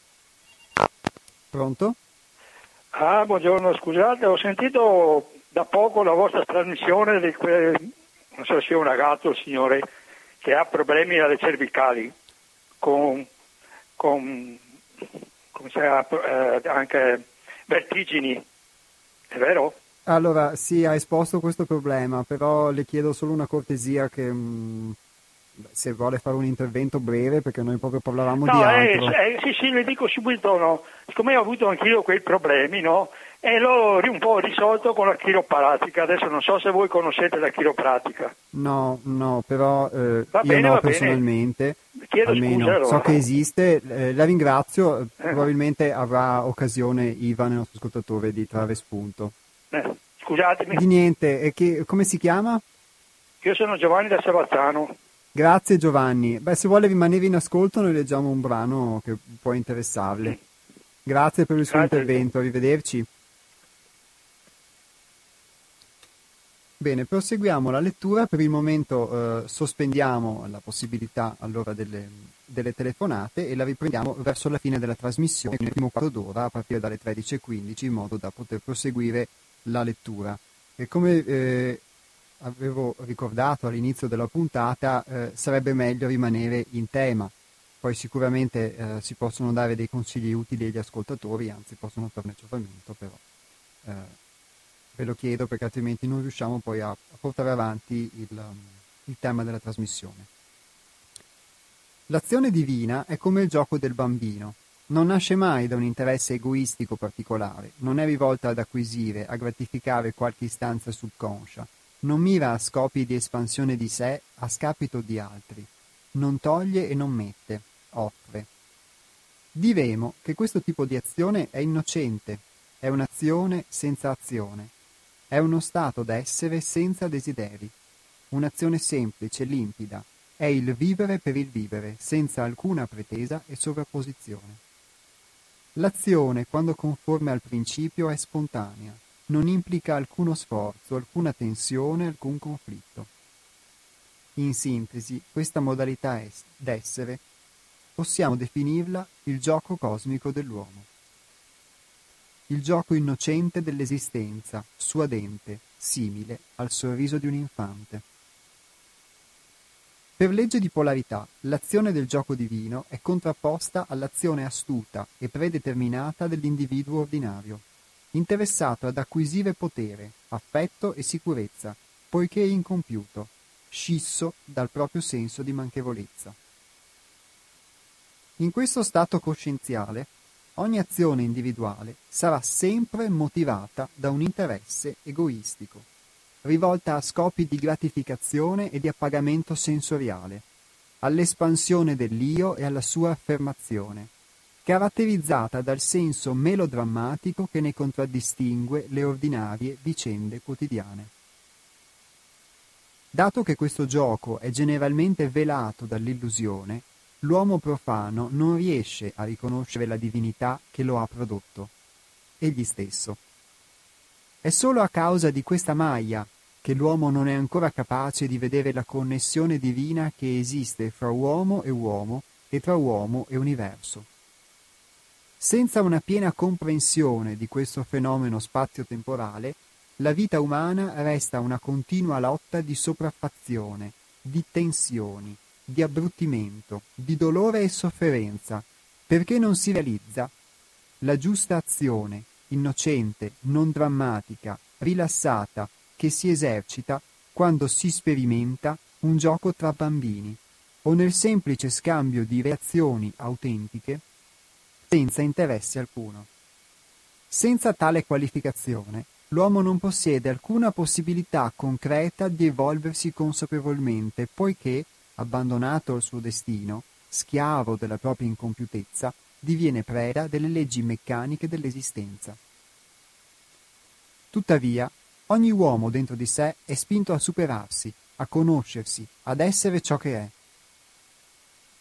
Pronto? Ah, buongiorno, scusate, ho sentito da poco la vostra trasmissione di quel, non so se sia un ragazzo o signore, che ha problemi alle cervicali, con, con come si chiama, eh, anche vertigini, è vero? Allora, sì, ha esposto questo problema, però le chiedo solo una cortesia che... Mh, se vuole fare un intervento breve, perché noi proprio parlavamo no, di eh, altro. Eh, sì, sì, le dico subito, no. Siccome ho avuto anch'io quei problemi, no? E l'ho un po' risolto con la chiropratica. Adesso non so se voi conoscete la chiropratica. No, no, però eh, va io bene, no va personalmente. Bene. Chiedo almeno scusa, allora. So che esiste, eh, la ringrazio, eh. probabilmente avrà occasione Ivan, il nostro ascoltatore, di trarre spunto. Eh, scusatemi. Di niente, e che, come si chiama? Io sono Giovanni da Savazzano. Grazie Giovanni. Beh, se vuole rimanere in ascolto noi leggiamo un brano che può interessarle. Grazie per il suo Grazie. intervento, arrivederci. Bene, proseguiamo la lettura. Per il momento eh, sospendiamo la possibilità allora delle, delle telefonate e la riprendiamo verso la fine della trasmissione, nel primo quarto d'ora, a partire dalle tredici e quindici, in modo da poter proseguire la lettura. E come eh, avevo ricordato all'inizio della puntata, eh, sarebbe meglio rimanere in tema. Poi sicuramente eh, si possono dare dei consigli utili agli ascoltatori, anzi possono farne giovamento, però eh, ve lo chiedo perché altrimenti non riusciamo poi a, a portare avanti il, um, il tema della trasmissione. L'azione divina è come il gioco del bambino. Non nasce mai da un interesse egoistico particolare, non è rivolta ad acquisire, a gratificare qualche istanza subconscia, non mira a scopi di espansione di sé a scapito di altri, non toglie e non mette, offre. Diremo che questo tipo di azione è innocente, è un'azione senza azione, è uno stato d'essere senza desideri, un'azione semplice, limpida, è il vivere per il vivere, senza alcuna pretesa e sovrapposizione. L'azione, quando conforme al principio, è spontanea, non implica alcuno sforzo, alcuna tensione, alcun conflitto. In sintesi, questa modalità d'essere possiamo definirla il gioco cosmico dell'uomo. Il gioco innocente dell'esistenza, suadente, simile al sorriso di un infante. Per legge di polarità, l'azione del gioco divino è contrapposta all'azione astuta e predeterminata dell'individuo ordinario, interessato ad acquisire potere, affetto e sicurezza, poiché incompiuto, scisso dal proprio senso di manchevolezza. In questo stato coscienziale, ogni azione individuale sarà sempre motivata da un interesse egoistico, rivolta a scopi di gratificazione e di appagamento sensoriale, all'espansione dell'io e alla sua affermazione, caratterizzata dal senso melodrammatico che ne contraddistingue le ordinarie vicende quotidiane. Dato che questo gioco è generalmente velato dall'illusione, l'uomo profano non riesce a riconoscere la divinità che lo ha prodotto, egli stesso. È solo a causa di questa maglia che l'uomo non è ancora capace di vedere la connessione divina che esiste fra uomo e uomo e tra uomo e universo. Senza una piena comprensione di questo fenomeno spazio-temporale, la vita umana resta una continua lotta di sopraffazione, di tensioni, di abbruttimento, di dolore e sofferenza, perché non si realizza la giusta azione, innocente, non drammatica, rilassata, che si esercita quando si sperimenta un gioco tra bambini, o nel semplice scambio di reazioni autentiche, senza interesse alcuno. Senza tale qualificazione, l'uomo non possiede alcuna possibilità concreta di evolversi consapevolmente, poiché, abbandonato al suo destino, schiavo della propria incompiutezza, diviene preda delle leggi meccaniche dell'esistenza. Tuttavia, ogni uomo dentro di sé è spinto a superarsi, a conoscersi, ad essere ciò che è.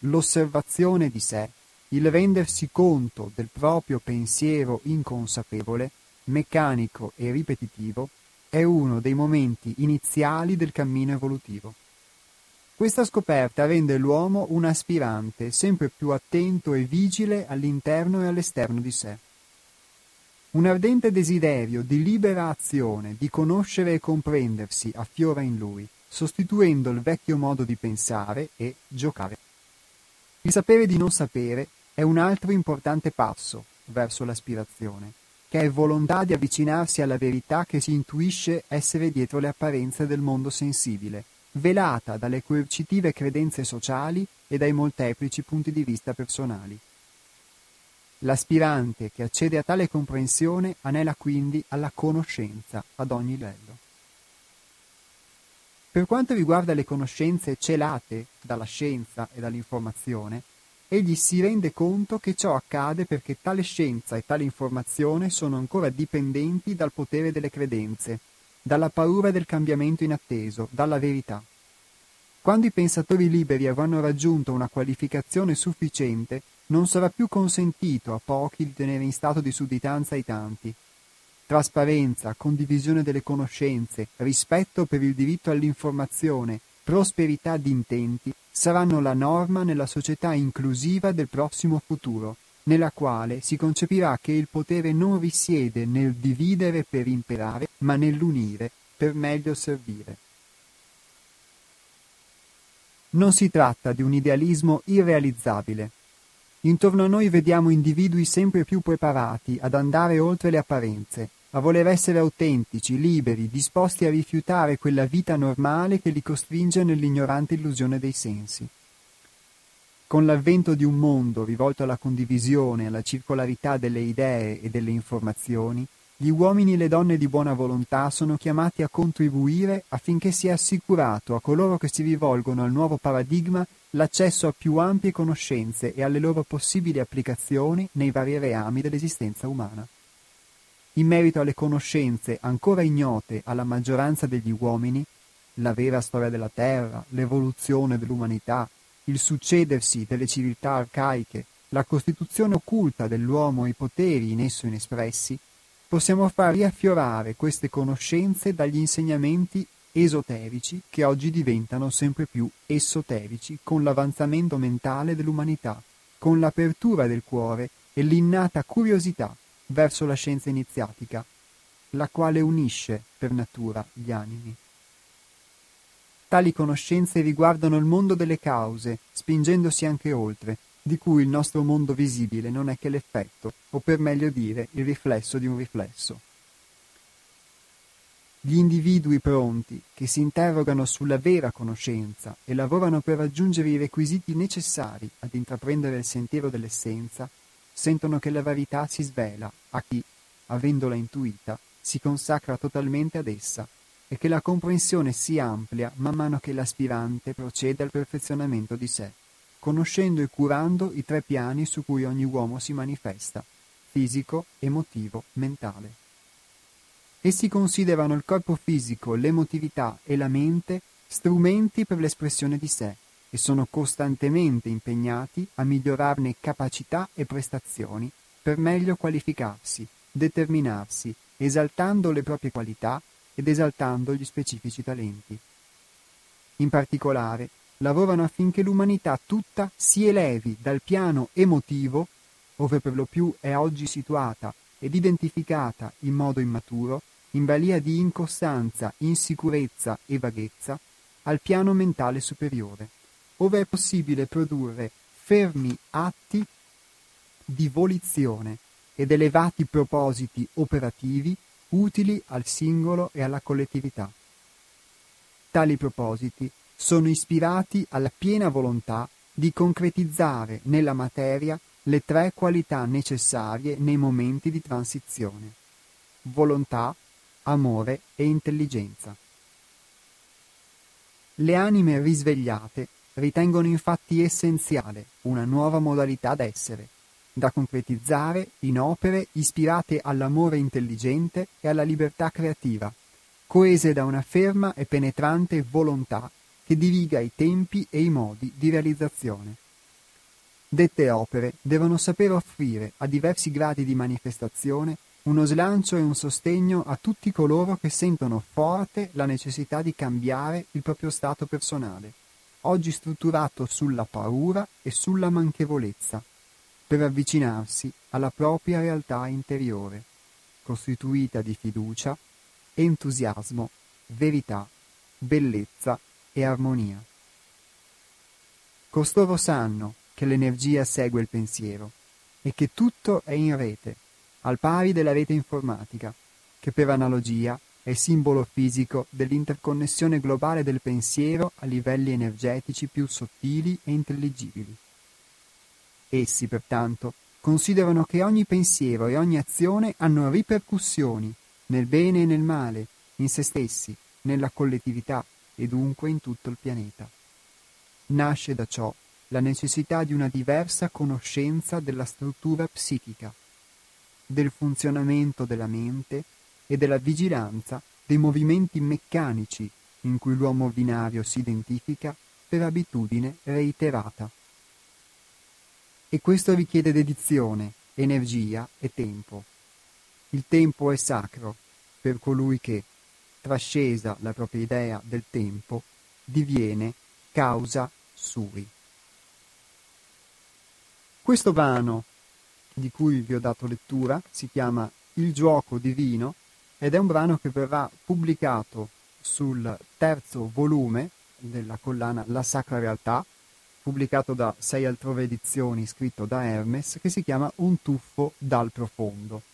l'osservazione di sé, il rendersi conto del proprio pensiero inconsapevole, meccanico e ripetitivo, è uno dei momenti iniziali del cammino evolutivo. Questa scoperta rende l'uomo un aspirante sempre più attento e vigile all'interno e all'esterno di sé. Un ardente desiderio di libera azione, di conoscere e comprendersi affiora in lui, sostituendo il vecchio modo di pensare e giocare. Il sapere di non sapere è un altro importante passo verso l'aspirazione, che è volontà di avvicinarsi alla verità che si intuisce essere dietro le apparenze del mondo sensibile, velata dalle coercitive credenze sociali e dai molteplici punti di vista personali. L'aspirante che accede a tale comprensione anela quindi alla conoscenza ad ogni livello. Per quanto riguarda le conoscenze celate dalla scienza e dall'informazione, egli si rende conto che ciò accade perché tale scienza e tale informazione sono ancora dipendenti dal potere delle credenze, dalla paura del cambiamento inatteso, dalla verità. Quando i pensatori liberi avranno raggiunto una qualificazione sufficiente, non sarà più consentito a pochi di tenere in stato di sudditanza i tanti. Trasparenza, condivisione delle conoscenze, rispetto per il diritto all'informazione, prosperità di intenti saranno la norma nella società inclusiva del prossimo futuro, nella quale si concepirà che il potere non risiede nel dividere per imperare, ma nell'unire per meglio servire. Non si tratta di un idealismo irrealizzabile. Intorno a noi vediamo individui sempre più preparati ad andare oltre le apparenze, a voler essere autentici, liberi, disposti a rifiutare quella vita normale che li costringe nell'ignorante illusione dei sensi. Con l'avvento di un mondo rivolto alla condivisione, alla circolarità delle idee e delle informazioni, gli uomini e le donne di buona volontà sono chiamati a contribuire affinché sia assicurato a coloro che si rivolgono al nuovo paradigma l'accesso a più ampie conoscenze e alle loro possibili applicazioni nei vari reami dell'esistenza umana. In merito alle conoscenze ancora ignote alla maggioranza degli uomini, la vera storia della Terra, l'evoluzione dell'umanità, il succedersi delle civiltà arcaiche, la costituzione occulta dell'uomo e i poteri in esso inespressi, possiamo far riaffiorare queste conoscenze dagli insegnamenti esoterici che oggi diventano sempre più esoterici con l'avanzamento mentale dell'umanità, con l'apertura del cuore e l'innata curiosità verso la scienza iniziatica, la quale unisce per natura gli animi. Tali conoscenze riguardano il mondo delle cause, spingendosi anche oltre, di cui il nostro mondo visibile non è che l'effetto, o per meglio dire, il riflesso di un riflesso. Gli individui pronti, che si interrogano sulla vera conoscenza e lavorano per raggiungere i requisiti necessari ad intraprendere il sentiero dell'essenza, sentono che la verità si svela a chi, avendola intuita, si consacra totalmente ad essa e che la comprensione si amplia man mano che l'aspirante procede al perfezionamento di sé, conoscendo e curando i tre piani su cui ogni uomo si manifesta, fisico, emotivo, mentale. Essi considerano il corpo fisico, l'emotività e la mente strumenti per l'espressione di sé e sono costantemente impegnati a migliorarne capacità e prestazioni per meglio qualificarsi, determinarsi, esaltando le proprie qualità ed esaltando gli specifici talenti. In particolare, lavorano affinché l'umanità tutta si elevi dal piano emotivo, ove per lo più è oggi situata ed identificata in modo immaturo, in balia di incostanza, insicurezza e vaghezza, al piano mentale superiore, ove è possibile produrre fermi atti di volizione ed elevati propositi operativi utili al singolo e alla collettività. Tali propositi sono ispirati alla piena volontà di concretizzare nella materia le tre qualità necessarie nei momenti di transizione: volontà, amore e intelligenza. Le anime risvegliate ritengono infatti essenziale una nuova modalità d'essere, da concretizzare in opere ispirate all'amore intelligente e alla libertà creativa, coese da una ferma e penetrante volontà che diriga i tempi e i modi di realizzazione. Dette opere devono sapere offrire a diversi gradi di manifestazione uno slancio e un sostegno a tutti coloro che sentono forte la necessità di cambiare il proprio stato personale, oggi strutturato sulla paura e sulla manchevolezza, per avvicinarsi alla propria realtà interiore, costituita di fiducia, entusiasmo, verità, bellezza e armonia. Costoro sanno che l'energia segue il pensiero e che tutto è in rete, al pari della rete informatica, che per analogia è simbolo fisico dell'interconnessione globale del pensiero a livelli energetici più sottili e intelligibili. Essi, pertanto, considerano che ogni pensiero e ogni azione hanno ripercussioni, nel bene e nel male, in se stessi, nella collettività e dunque in tutto il pianeta. Nasce da ciò la necessità di una diversa conoscenza della struttura psichica, del funzionamento della mente e della vigilanza dei movimenti meccanici in cui l'uomo ordinario si identifica per abitudine reiterata. E questo richiede dedizione, energia e tempo. Il tempo è sacro per colui che, trascesa la propria idea del tempo, diviene causa sui. Questo brano di cui vi ho dato lettura si chiama Il gioco divino ed è un brano che verrà pubblicato sul terzo volume della collana La Sacra Realtà, pubblicato da sei altrove edizioni, scritto da Hermes, che si chiama Un tuffo dal profondo.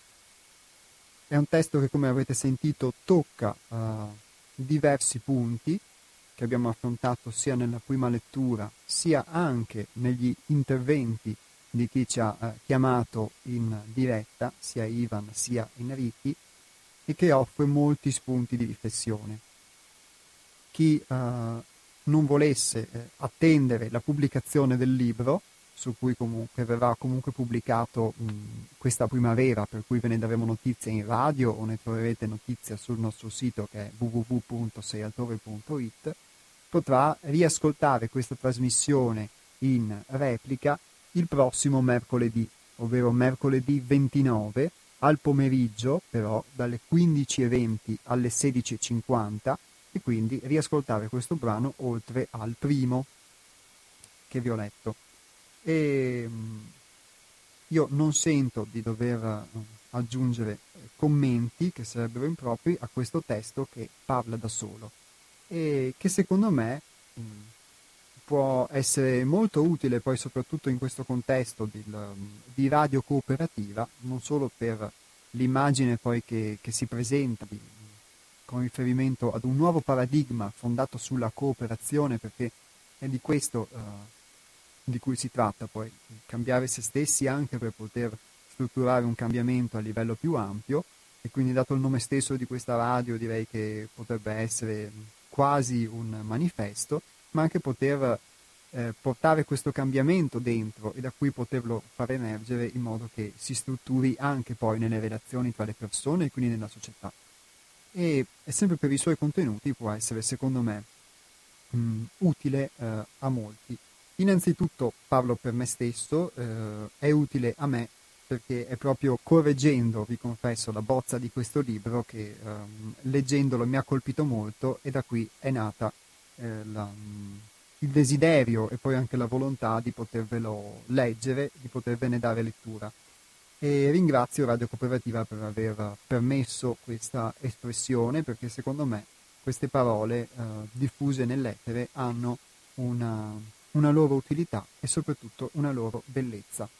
È un testo che, come avrete sentito, tocca uh, diversi punti che abbiamo affrontato sia nella prima lettura, sia anche negli interventi di chi ci ha eh, chiamato in diretta, sia Ivan sia Enrichi, e che offre molti spunti di riflessione. Chi eh, non volesse eh, attendere la pubblicazione del libro, su cui comunque verrà comunque pubblicato mh, questa primavera, per cui ve ne daremo notizie in radio o ne troverete notizie sul nostro sito che è w w w punto sei altrove punto i t, potrà riascoltare questa trasmissione in replica il prossimo mercoledì, ovvero mercoledì ventinove, al pomeriggio, però dalle quindici e venti alle sedici e cinquanta, e quindi riascoltare questo brano oltre al primo che vi ho letto. E io non sento di dover aggiungere commenti che sarebbero impropri a questo testo che parla da solo e che secondo me mh, può essere molto utile poi soprattutto in questo contesto di, di radio cooperativa, non solo per l'immagine poi che, che si presenta di, con riferimento ad un nuovo paradigma fondato sulla cooperazione, perché è di questo uh, di cui si tratta poi, cambiare se stessi anche per poter strutturare un cambiamento a livello più ampio, e quindi dato il nome stesso di questa radio direi che potrebbe essere quasi un manifesto, ma anche poter eh, portare questo cambiamento dentro e da cui poterlo far emergere in modo che si strutturi anche poi nelle relazioni tra le persone e quindi nella società. E, e sempre per i suoi contenuti può essere, secondo me, mh, utile eh, a molti. Innanzitutto parlo per me stesso, eh, è utile a me perché è proprio correggendo, vi confesso, la bozza di questo libro che ehm, leggendolo mi ha colpito molto, e da qui è nata eh, la, il desiderio e poi anche la volontà di potervelo leggere, di potervene dare lettura. E ringrazio Radio Cooperativa per aver permesso questa espressione, perché secondo me queste parole eh, diffuse nell'etere hanno una, una loro utilità e soprattutto una loro bellezza.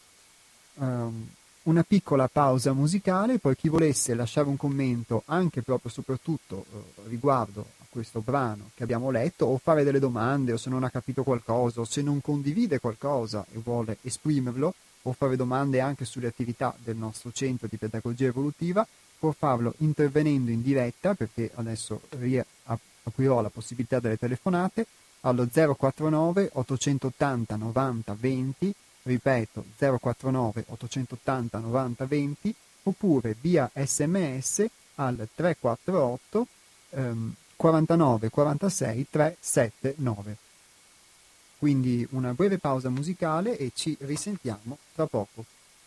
Um, una piccola pausa musicale, poi chi volesse lasciare un commento anche proprio soprattutto uh, riguardo a questo brano che abbiamo letto, o fare delle domande, o se non ha capito qualcosa, o se non condivide qualcosa e vuole esprimerlo, o fare domande anche sulle attività del nostro centro di pedagogia evolutiva, può farlo intervenendo in diretta, perché adesso aprirò la possibilità delle telefonate allo zero quattro nove ottocentottanta novanta venti, ripeto zero quattro nove ottocentottanta novanta venti, oppure via sms al tre quattro otto ehm, quarantanove quarantasei trecentosettantanove. Quindi una breve pausa musicale e ci risentiamo tra poco.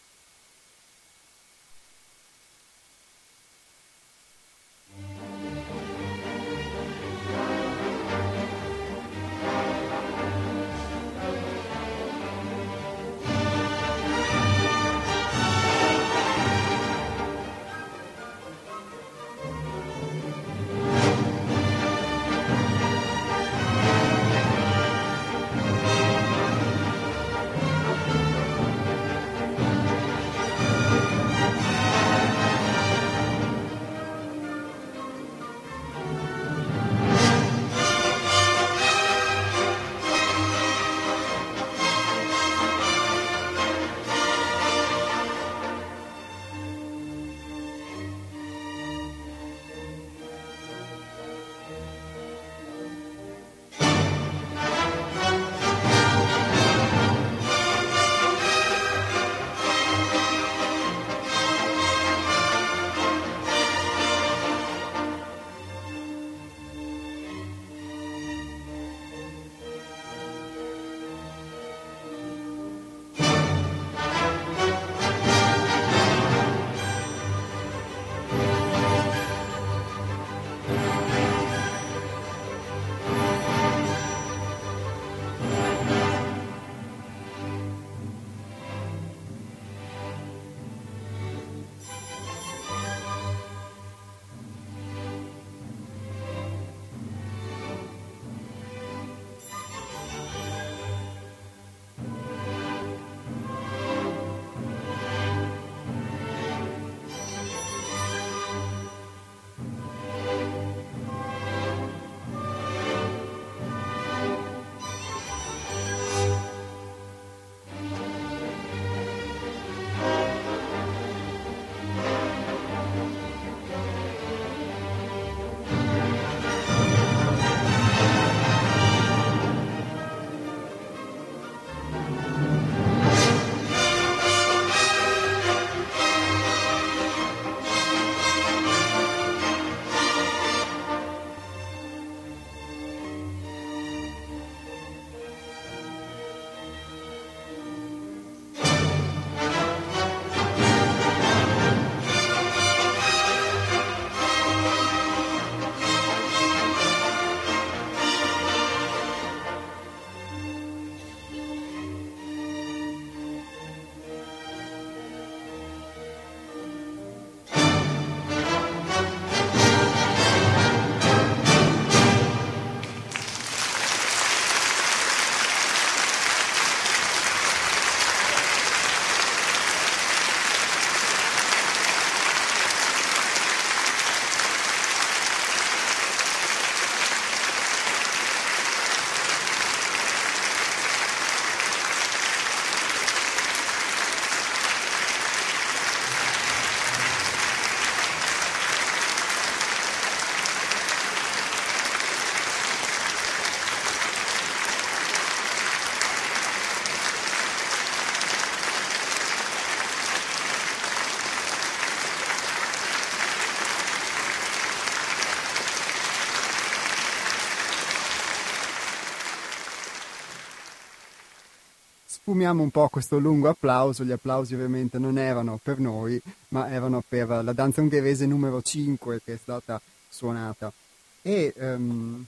Sfumiamo un po' questo lungo applauso. Gli applausi ovviamente non erano per noi, ma erano per la danza ungherese numero cinque che è stata suonata. E, um,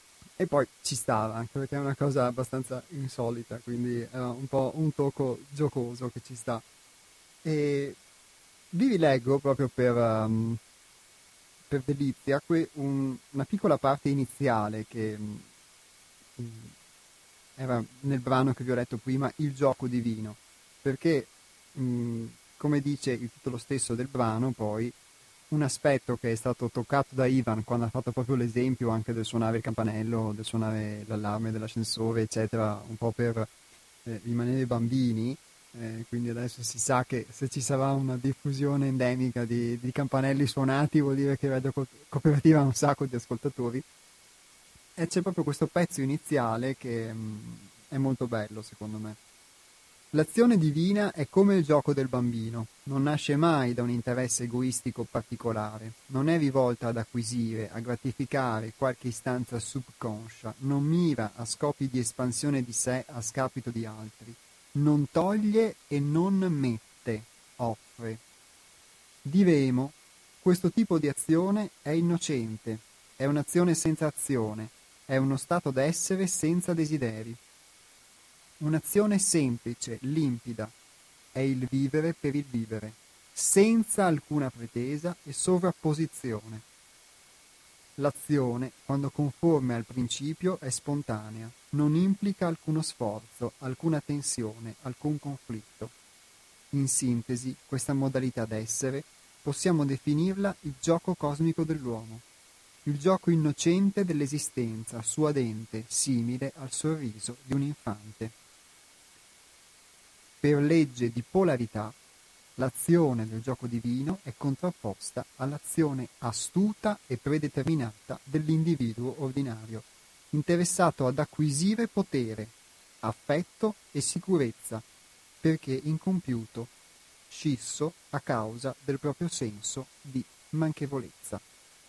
e poi ci stava, anche perché è una cosa abbastanza insolita, quindi era un po' un tocco giocoso che ci sta. E vi rileggo proprio per, um, per delizia que- un, una piccola parte iniziale che um, era nel brano che vi ho letto prima, Il gioco divino, perché mh, come dice il titolo stesso del brano, poi un aspetto che è stato toccato da Ivan quando ha fatto proprio l'esempio anche del suonare il campanello, del suonare l'allarme dell'ascensore, eccetera, un po' per eh, rimanere bambini, eh, quindi adesso si sa che se ci sarà una diffusione endemica di, di campanelli suonati vuol dire che Radio Cooperativa ha un sacco di ascoltatori. E c'è proprio questo pezzo iniziale che mh, è molto bello, secondo me. L'azione divina è come il gioco del bambino, non nasce mai da un interesse egoistico particolare, non è rivolta ad acquisire, a gratificare qualche istanza subconscia, non mira a scopi di espansione di sé a scapito di altri, non toglie e non mette, offre. Diremo, questo tipo di azione è innocente, è un'azione senza azione, è uno stato d'essere senza desideri. Un'azione semplice, limpida, è il vivere per il vivere, senza alcuna pretesa e sovrapposizione. L'azione, quando conforme al principio, è spontanea, non implica alcuno sforzo, alcuna tensione, alcun conflitto. In sintesi, questa modalità d'essere possiamo definirla il gioco cosmico dell'uomo, il gioco innocente dell'esistenza, suadente, simile al sorriso di un infante. Per legge di polarità, l'azione del gioco divino è contrapposta all'azione astuta e predeterminata dell'individuo ordinario, interessato ad acquisire potere, affetto e sicurezza, perché incompiuto, scisso a causa del proprio senso di manchevolezza.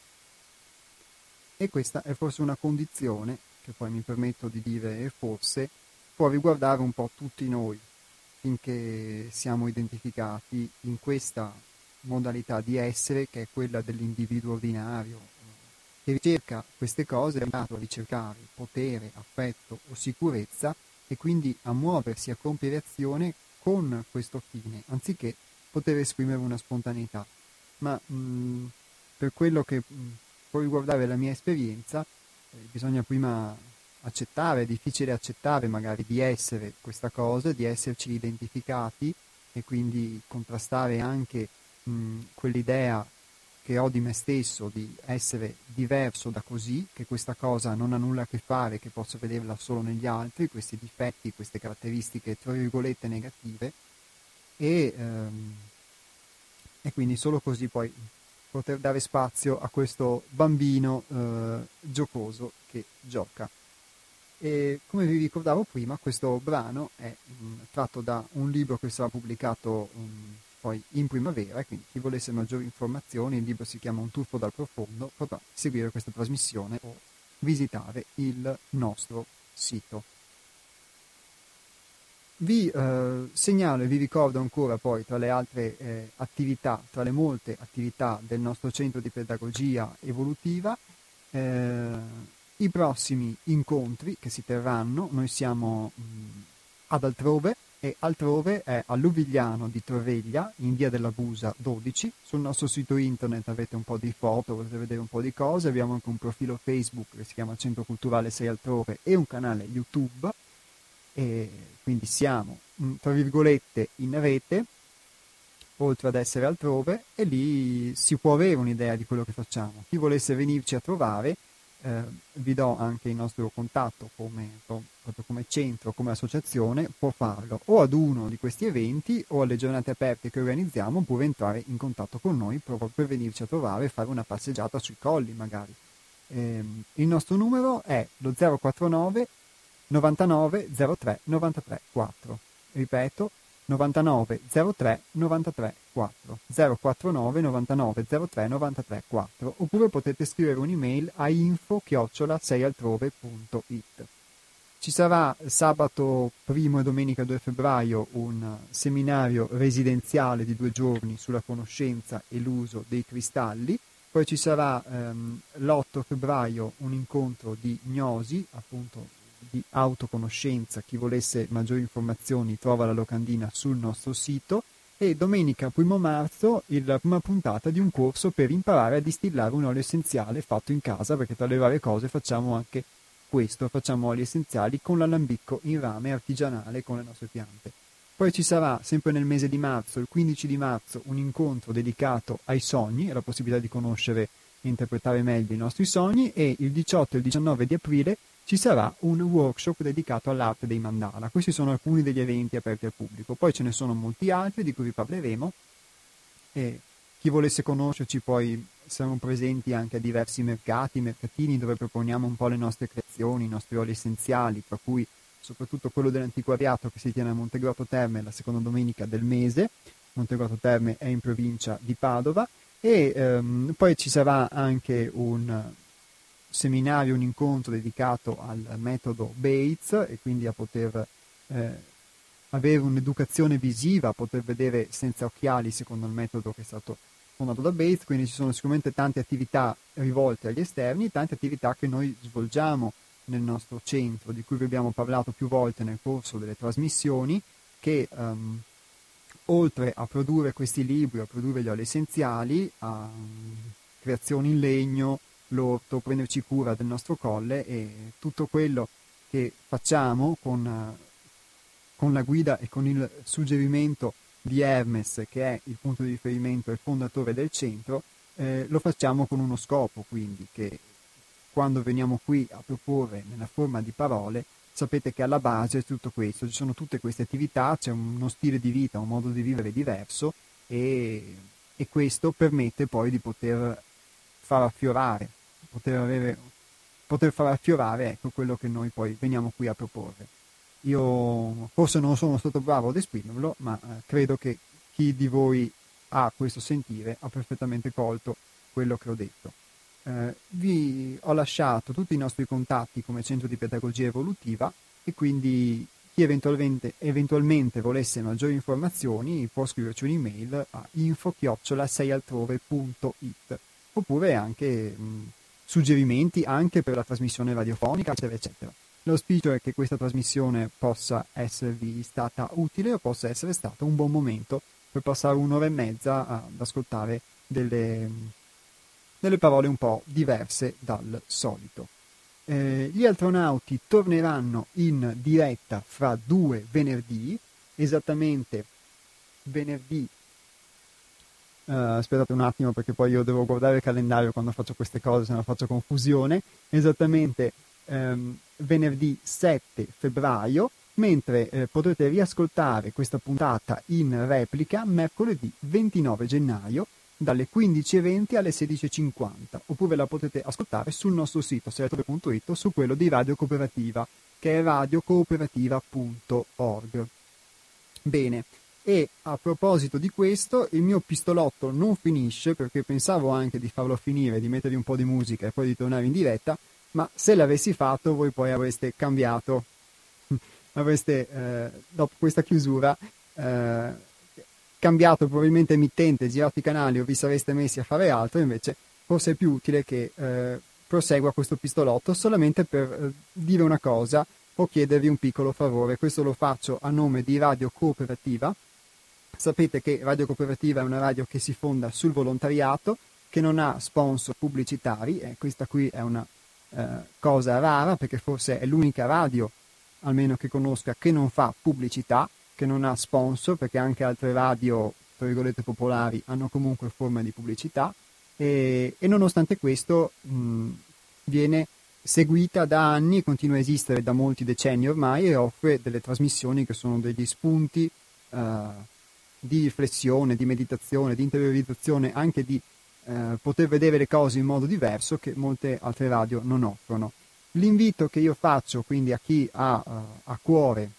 E questa è forse una condizione, che poi mi permetto di dire forse, può riguardare un po' tutti noi, finché siamo identificati in questa modalità di essere che è quella dell'individuo ordinario, che ricerca queste cose, è nato a ricercare potere, affetto o sicurezza e quindi a muoversi, a compiere azione con questo fine, anziché poter esprimere una spontaneità. Ma mh, per quello che mh, può riguardare la mia esperienza, eh, bisogna prima accettare, è difficile accettare magari di essere questa cosa, di esserci identificati e quindi contrastare anche mh, quell'idea che ho di me stesso di essere diverso da così, che questa cosa non ha nulla a che fare, che posso vederla solo negli altri, questi difetti, queste caratteristiche tra virgolette negative e, ehm, e quindi solo così poi poter dare spazio a questo bambino eh, giocoso che gioca. E come vi ricordavo prima, questo brano è mh, tratto da un libro che sarà pubblicato mh, poi in primavera, quindi chi volesse maggiori informazioni, il libro si chiama Un tuffo dal profondo, potrà seguire questa trasmissione o visitare il nostro sito. Vi eh, segnalo e vi ricordo ancora poi tra le altre eh, attività, tra le molte attività del nostro centro di pedagogia evolutiva, eh, i prossimi incontri che si terranno. Noi siamo mh, ad Altrove, e Altrove è a Luvigliano di Torreglia, in via della Busa dodici. Sul nostro sito internet avete un po' di foto, potete vedere un po' di cose, abbiamo anche un profilo Facebook che si chiama Centro Culturale sei Altrove e un canale YouTube, e quindi siamo, mh, tra virgolette, in rete, oltre ad essere altrove, e lì si può avere un'idea di quello che facciamo. Chi volesse venirci a trovare, Eh, vi do anche il nostro contatto come, proprio come centro, come associazione, può farlo o ad uno di questi eventi o alle giornate aperte che organizziamo, oppure entrare in contatto con noi proprio per venirci a trovare e fare una passeggiata sui colli magari. Eh, il nostro numero è lo zero quattro nove novantanove zero tre novantatré quattro, ripeto novantanove zero tre novantatré quattro, zero quattro nove novantanove zero tre novantatré quattro, oppure potete scrivere un'email a info chiocciola sei altrove punto it. Ci sarà sabato primo e domenica due febbraio un seminario residenziale di due giorni sulla conoscenza e l'uso dei cristalli, poi ci sarà ehm, l'otto febbraio un incontro di gnosi, appunto di autoconoscenza. Chi volesse maggiori informazioni trova la locandina sul nostro sito, e domenica primo marzo la prima puntata di un corso per imparare a distillare un olio essenziale fatto in casa, perché tra le varie cose facciamo anche questo, facciamo oli essenziali con l'alambicco in rame artigianale con le nostre piante. Poi ci sarà sempre nel mese di marzo, il quindici di marzo, un incontro dedicato ai sogni, alla possibilità di conoscere e interpretare meglio i nostri sogni, e il diciotto e il diciannove di aprile ci sarà un workshop dedicato all'arte dei mandala. Questi sono alcuni degli eventi aperti al pubblico, poi ce ne sono molti altri di cui vi parleremo, e chi volesse conoscerci poi siamo presenti anche a diversi mercati, mercatini dove proponiamo un po' le nostre creazioni, i nostri oli essenziali, tra cui soprattutto quello dell'antiquariato che si tiene a Montegrotto Terme la seconda domenica del mese. Montegrotto Terme è in provincia di Padova, e ehm, poi ci sarà anche un seminario, un incontro dedicato al metodo Bates, e quindi a poter eh, avere un'educazione visiva, a poter vedere senza occhiali secondo il metodo che è stato fondato da Bates. Quindi ci sono sicuramente tante attività rivolte agli esterni, tante attività che noi svolgiamo nel nostro centro, di cui vi abbiamo parlato più volte nel corso delle trasmissioni, che um, oltre a produrre questi libri, a produrre gli oli essenziali, a um, creazioni in legno, l'orto, prenderci cura del nostro colle, e tutto quello che facciamo con, uh, con la guida e con il suggerimento di Hermes, che è il punto di riferimento e il fondatore del centro, eh, lo facciamo con uno scopo, quindi che quando veniamo qui a proporre nella forma di parole, sapete che alla base è tutto questo, ci sono tutte queste attività, c'è uno stile di vita, un modo di vivere diverso, e, e questo permette poi di poter far affiorare, poter, avere, poter far affiorare ecco, quello che noi poi veniamo qui a proporre. Io forse non sono stato bravo ad esprimerlo, ma eh, credo che chi di voi ha questo sentire ha perfettamente colto quello che ho detto. Eh, vi ho lasciato tutti i nostri contatti come centro di pedagogia evolutiva, e quindi chi eventualmente, eventualmente volesse maggiori informazioni può scriverci un'email a info chiocciola seialtrove punto it, oppure anche mh, suggerimenti anche per la trasmissione radiofonica, eccetera eccetera. L'auspicio è che questa trasmissione possa esservi stata utile, o possa essere stato un buon momento per passare un'ora e mezza ad ascoltare delle delle parole un po' diverse dal solito. Eh, gli astronauti torneranno in diretta fra due venerdì, esattamente venerdì, uh, aspettate un attimo perché poi io devo guardare il calendario quando faccio queste cose, se no faccio confusione, esattamente ehm, venerdì sette febbraio, mentre eh, potrete riascoltare questa puntata in replica mercoledì ventinove gennaio, dalle quindici e venti alle sedici e cinquanta, oppure la potete ascoltare sul nostro sito seialtrove punto it o su quello di Radio Cooperativa, che è radio cooperativa punto org. Bene, e a proposito di questo, il mio pistolotto non finisce, perché pensavo anche di farlo finire, di mettergli un po' di musica e poi di tornare in diretta, ma se l'avessi fatto voi poi avreste cambiato, avreste eh, dopo questa chiusura eh, cambiato probabilmente emittente, girato i canali, o vi sareste messi a fare altro. Invece forse è più utile che eh, prosegua questo pistolotto solamente per eh, dire una cosa o chiedervi un piccolo favore. Questo lo faccio a nome di Radio Cooperativa. Sapete che Radio Cooperativa è una radio che si fonda sul volontariato, che non ha sponsor pubblicitari, e questa qui è una eh, cosa rara, perché forse è l'unica radio, almeno che conosca, che non fa pubblicità, che non ha sponsor, perché anche altre radio, tra virgolette, popolari hanno comunque forma di pubblicità, e, e nonostante questo mh, viene seguita da anni, continua a esistere da molti decenni ormai, e offre delle trasmissioni che sono degli spunti uh, di riflessione, di meditazione, di interiorizzazione, anche di uh, poter vedere le cose in modo diverso, che molte altre radio non offrono. L'invito che io faccio quindi a chi ha uh, a cuore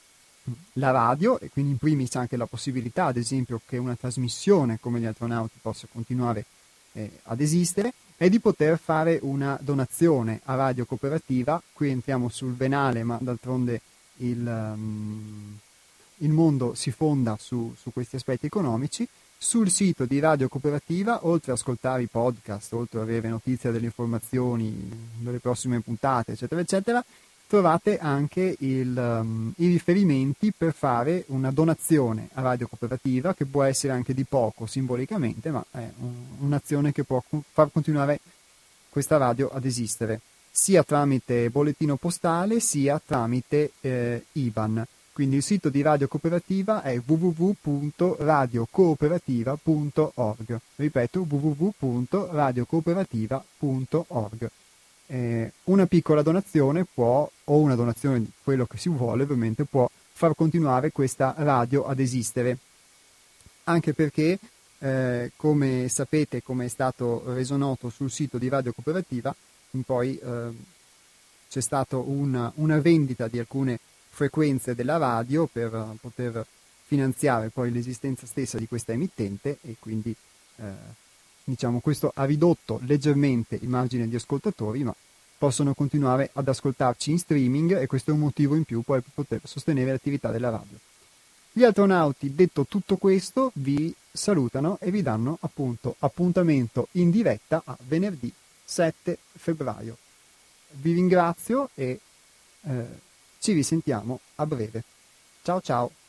la radio, e quindi in primis anche la possibilità, ad esempio, che una trasmissione come gli astronauti possa continuare eh, ad esistere, è di poter fare una donazione a Radio Cooperativa. Qui entriamo sul venale, ma d'altronde il, um, il mondo si fonda su, su questi aspetti economici. Sul sito di Radio Cooperativa, oltre ad ascoltare i podcast, oltre ad avere notizie delle informazioni delle prossime puntate, eccetera eccetera, trovate anche il, um, i riferimenti per fare una donazione a Radio Cooperativa, che può essere anche di poco simbolicamente, ma è un, un'azione che può far continuare questa radio ad esistere, sia tramite bollettino postale sia tramite eh, I B A N. Quindi il sito di Radio Cooperativa è w w w punto radio cooperativa punto org. Ripeto, w w w punto radio cooperativa punto org. Eh, una piccola donazione può, o una donazione di quello che si vuole, ovviamente può far continuare questa radio ad esistere, anche perché eh, come sapete, come è stato reso noto sul sito di Radio Cooperativa, poi eh, c'è stata una, una vendita di alcune frequenze della radio per poter finanziare poi l'esistenza stessa di questa emittente, e quindi eh, diciamo questo ha ridotto leggermente il margine di ascoltatori, ma possono continuare ad ascoltarci in streaming, e questo è un motivo in più poi per poter sostenere l'attività della radio. Gli astronauti, detto tutto questo, vi salutano e vi danno appunto appuntamento in diretta a venerdì sette febbraio. Vi ringrazio e eh, ci risentiamo a breve. Ciao ciao!